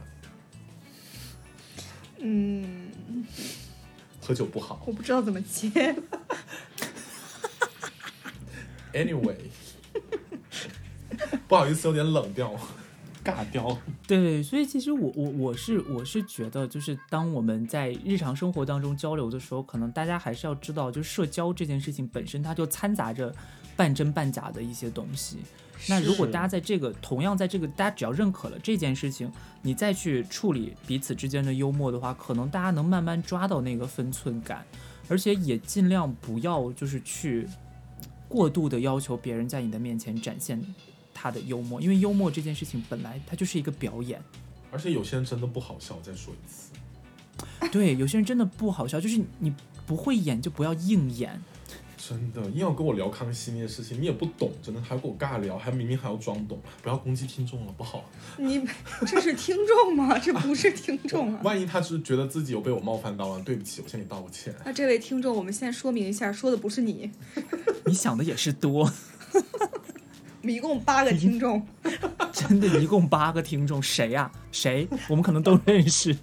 嗯， 喝酒不好， 我不知道怎么接。 Anyway， 不好意思，有点冷掉。 尬掉。 对，所以其实我我我是我是觉得，就是当我们在日常生活当中交流的时候，可能大家还是要知道，就社交这件事情本身，它就掺杂着半真半假的一些东西。那如果大家在这个同样在这个大家只要认可了这件事情，你再去处理彼此之间的幽默的话，可能大家能慢慢抓到那个分寸感，而且也尽量不要就是去过度的要求别人在你的面前展现他的幽默，因为幽默这件事情本来它就是一个表演， 而且有些人真的不好笑。再说一次， 对，有些人真的不好笑，就是你不会演就不要硬演。 真的硬要跟我聊康熙那些事情，你也不懂，真的还跟我尬聊，还明明还要装懂，不要攻击听众了，不好。 你这是听众吗？这不是听众啊！ 万一他是觉得自己有被我冒犯到了，对不起，我向你道个歉。 那这位听众，我们先说明一下，说的不是你。 你想的也是多。 我们一共八个听众， 真的，一共八个听众，谁呀、啊？谁？我们可能都认识。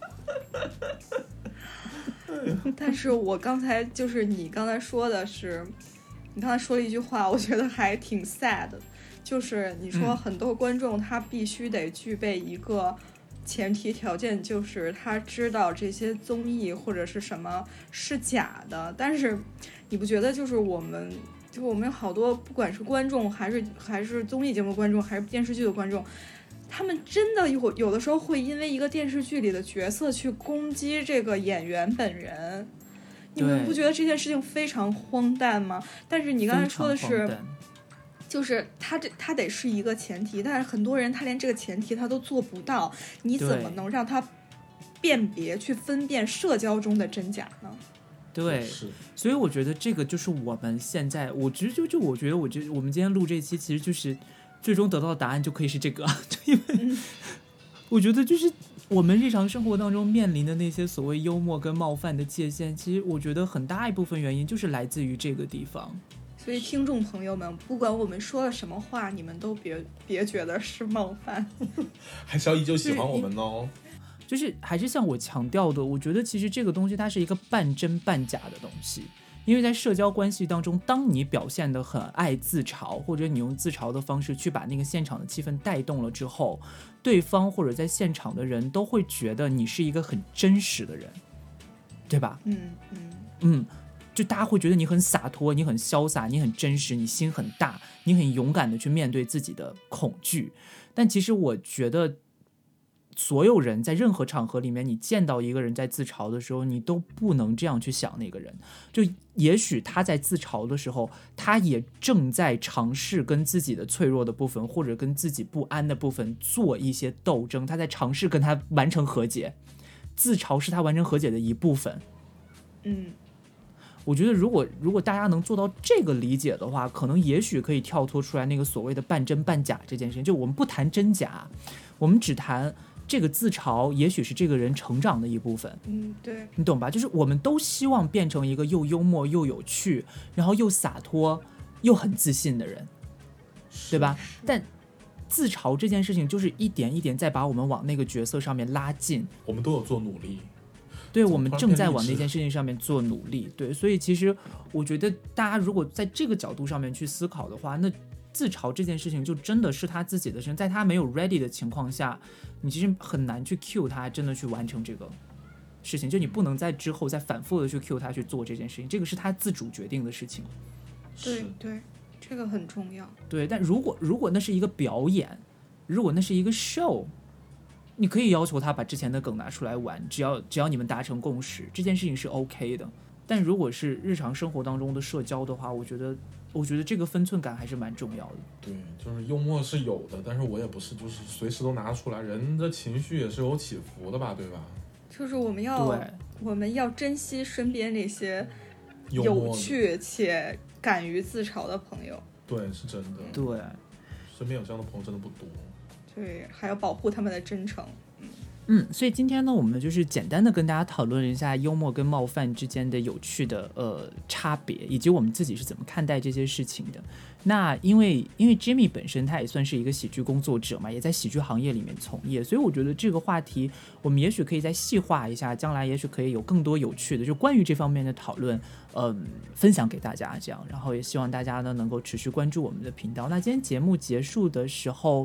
但是我刚才就是你刚才说的是，你刚才说了一句话，我觉得还挺 sad 的，就是你说很多观众他必须得具备一个前提条件，就是他知道这些综艺或者是什么是假的。但是你不觉得就是我们就我们有好多不管是观众还是还是综艺节目观众还是电视剧的观众，他们真的有有的时候会因为一个电视剧里的角色去攻击这个演员本人，你们不觉得这件事情非常荒诞吗？但是你刚才说的是就是他这他得是一个前提，但是很多人他连这个前提他都做不到，你怎么能让他辨别去分辨社交中的真假呢？ 对，所以我觉得这个就是我们现在，我觉得就就我觉得我觉得我们今天录这一期其实就是最终得到的答案就可以是这个，因为我觉得就是我们日常生活当中面临的那些所谓幽默跟冒犯的界限，其实我觉得很大一部分原因就是来自于这个地方。 所以听众朋友们，不管我们说了什么话，你们都别别觉得是冒犯， 还是要依旧喜欢我们哦。 就是还是像我强调的，我觉得其实这个东西它是一个半真半假的东西，因为在社交关系当中，当你表现得很爱自嘲，或者你用自嘲的方式去把那个现场的气氛带动了之后，对方或者在现场的人都会觉得你是一个很真实的人，对吧？ 嗯嗯嗯，就大家会觉得你很洒脱，你很潇洒，你很真实，你心很大，你很勇敢的去面对自己的恐惧。但其实我觉得所有人在任何场合里面，你见到一个人在自嘲的时候，你都不能这样去想那个人。就也许他在自嘲的时候，他也正在尝试跟自己的脆弱的部分或者跟自己不安的部分做一些斗争，他在尝试跟他完成和解，自嘲是他完成和解的一部分。 嗯， 我觉得如果如果大家能做到这个理解的话，可能也许可以跳脱出来那个所谓的半真半假这件事情。就我们不谈真假，我们只谈这个自嘲也许是这个人成长的一部分。 嗯，对， 你懂吧？就是我们都希望变成一个又幽默又有趣，然后又洒脱又很自信的人，对吧？但自嘲这件事情就是一点一点在把我们往那个角色上面拉近。 我们都有做努力， 对，我们正在往那件事情上面做努力。对，所以其实我觉得大家如果在这个角度上面去思考的话，那自嘲这件事情就真的是他自己的事情，在他没有 ready 的情况下，你其实很难去 cue 他真的去完成这个事情，就你不能在之后再反复的去 cue 他去做这件事情，这个是他自主决定的事情。 对对，这个很重要。 对，但如果如果那是一个表演，如果那是一个 show， 你可以要求他把之前的梗拿出来玩，只要只要你们达成共识，这件事情是 OK 的。但如果是日常生活当中的社交的话，我觉得我觉得这个分寸感还是蛮重要的。 对，就是幽默是有的，但是我也不是就是随时都拿出来，人的情绪也是有起伏的吧，对吧？ 就是我们要我们要珍惜身边那些有趣且敢于自嘲的朋友。 对，是真的。 对， 身边有这样的朋友真的不多。 对，还要保护他们的真诚。 嗯，所以今天呢，我们就是简单的跟大家讨论一下幽默跟冒犯之间的有趣的呃差别，以及我们自己是怎么看待这些事情的。那因为因为 Jimmy 本身他也算是一个喜剧工作者嘛，也在喜剧行业里面从业，所以我觉得这个话题我们也许可以再细化一下，将来也许可以有更多有趣的就关于这方面的讨论，嗯，分享给大家这样。然后也希望大家呢能够持续关注我们的频道。那今天节目结束的时候。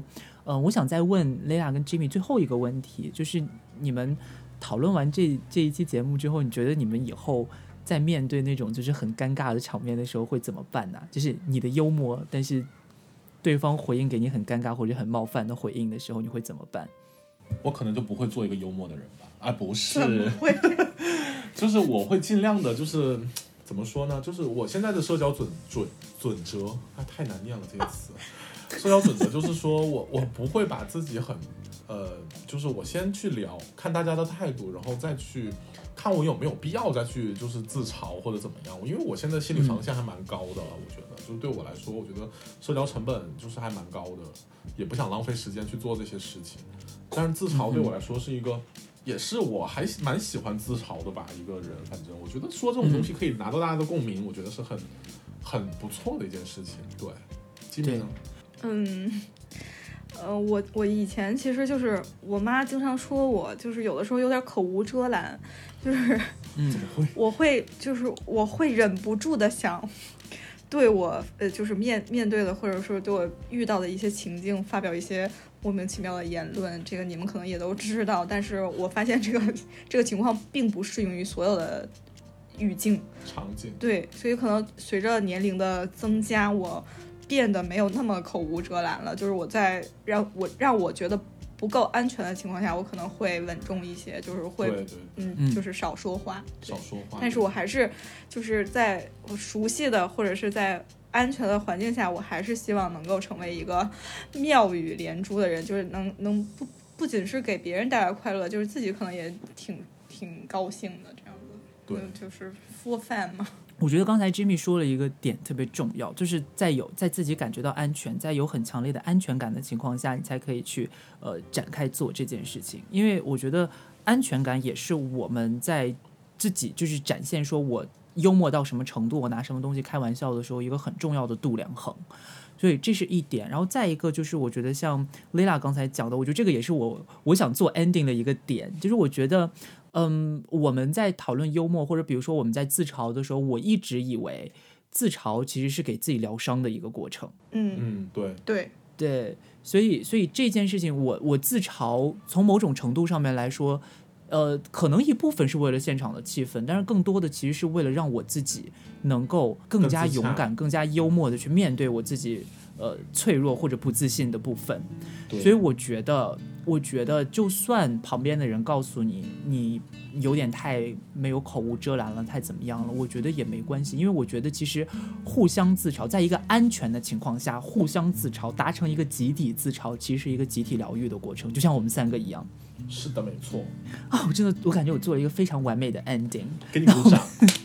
呃，我想再问 Layla 跟 Jimmy 最后一个问题，就是你们讨论完这这一期节目之后，你觉得你们以后在面对那种就是很尴尬的场面的时候会怎么办呢、啊？就是你的幽默，但是对方回应给你很尴尬或者很冒犯的回应的时候，你会怎么办？ 我可能就不会做一个幽默的人吧？啊，不是， 会就是我会尽量的，就是怎么说呢？就是我现在的社交准准准则，啊，太难念了这个词。社交准则就是说我我不会把自己很，呃，就是我先去聊，看大家的态度，然后再去看我有没有必要再去就是自嘲或者怎么样。因为我现在心理防线还蛮高的了，我觉得，就是对我来说，我觉得社交成本就是还蛮高的，也不想浪费时间去做这些事情。但是自嘲对我来说是一个，也是我还蛮喜欢自嘲的吧，一个人，反正我觉得说这种东西可以拿到大家的共鸣，我觉得是很很不错的一件事情。对，基本上。 嗯，呃，我我以前其实就是我妈经常说我，就是有的时候有点口无遮拦，就是， 嗯， 我会就是我会忍不住的想对我呃就是面面对的或者说对我遇到的一些情境发表一些莫名其妙的言论，这个你们可能也都知道，但是我发现这个这个情况并不适用于所有的语境场景。 对，所以可能随着年龄的增加，我变得没有那么口无遮拦了，就是我在让我让我觉得不够安全的情况下，我可能会稳重一些，就是会对对嗯，就是少说话， 少说话。 但是我还是就是在我熟悉的或者是在安全的环境下，我还是希望能够成为一个妙语连珠的人，就是能能不不仅是给别人带来快乐，就是自己可能也挺挺高兴的这样子。 对， 就是 for fun 嘛。 我觉得刚才 Jimmy 说了一个点特别重要，就是在有在自己感觉到安全，在有很强烈的安全感的情况下，你才可以去呃展开做这件事情。因为我觉得安全感也是我们在自己就是展现说我幽默到什么程度，我拿什么东西开玩笑的时候一个很重要的度量衡。所以这是一点，然后再一个就是我觉得像 Layla 刚才讲的，我觉得这个也是我我想做 ending 的一个点，就是我觉得嗯，我们在讨论幽默，或者比如说我们在自嘲的时候，我一直以为自嘲其实是给自己疗伤的一个过程。 嗯嗯，对对对，所以所以这件事情我，我我自嘲从某种程度上面来说，呃，可能一部分是为了现场的气氛，但是更多的其实是为了让我自己能够更加勇敢、更加幽默的去面对我自己呃脆弱或者不自信的部分。所以我觉得。我觉得就算旁边的人告诉你你有点太没有口无遮拦了，太怎么样了，我觉得也没关系，因为我觉得其实互相自嘲在一个安全的情况下互相自嘲，达成一个集体自嘲，其实是一个集体疗愈的过程，就像我们三个一样。 是的，没错啊！我真的我感觉我做了一个非常完美的 ending， 给你鼓掌。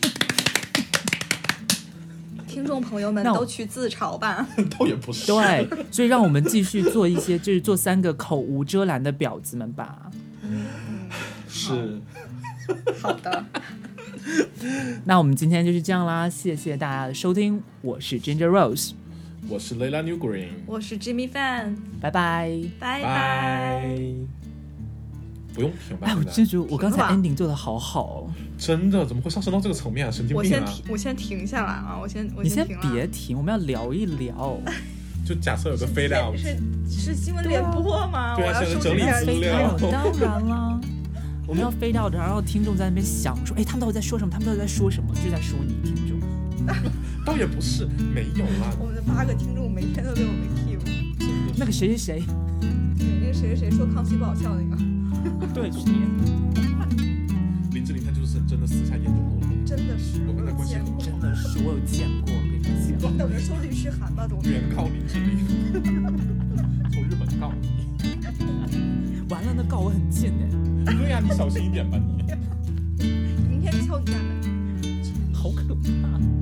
听众朋友们都去自嘲吧。 倒也不是。 对，所以让我们继续做一些，就是做三个口无遮拦的婊子们吧。 嗯， 是。 好的。 那我们今天就是这样啦，谢谢大家的收听，我是 Ginger Rose， 我是 Layla New Green， 我是 Jimmy Fan， 拜拜， 拜拜。 不用停吧？ 哎，我真觉得我刚才 ending 做的好好哦。 真的，怎么会上升到这个层面啊？神经病啊！ 我先停，我先停下来啊！我先，我你先停别停，我们要聊一聊。 就假设有个飞料， 是是新闻联播吗？ 对啊， 我要整理资料。 当然了，我们要飞掉的，然后听众在那边想说，哎，他们到底在说什么？他们到底在说什么？就在说你听众。 倒也不是，没有啦。 我们的八个听众每天都被我们 Q。 那个谁谁谁， 对，那个谁谁谁说康熙不好笑那个。 对，就是你。 林志玲她就是真的私下研究过了， 真的是， 我跟她关系很好， 真的是我有见过，我跟你讲。 等着收律师函吧，总原告林志玲，从日本告你。 完了，那告我很近哎。 对呀、啊，你小心一点吧你。 明天敲你家门。 好可怕。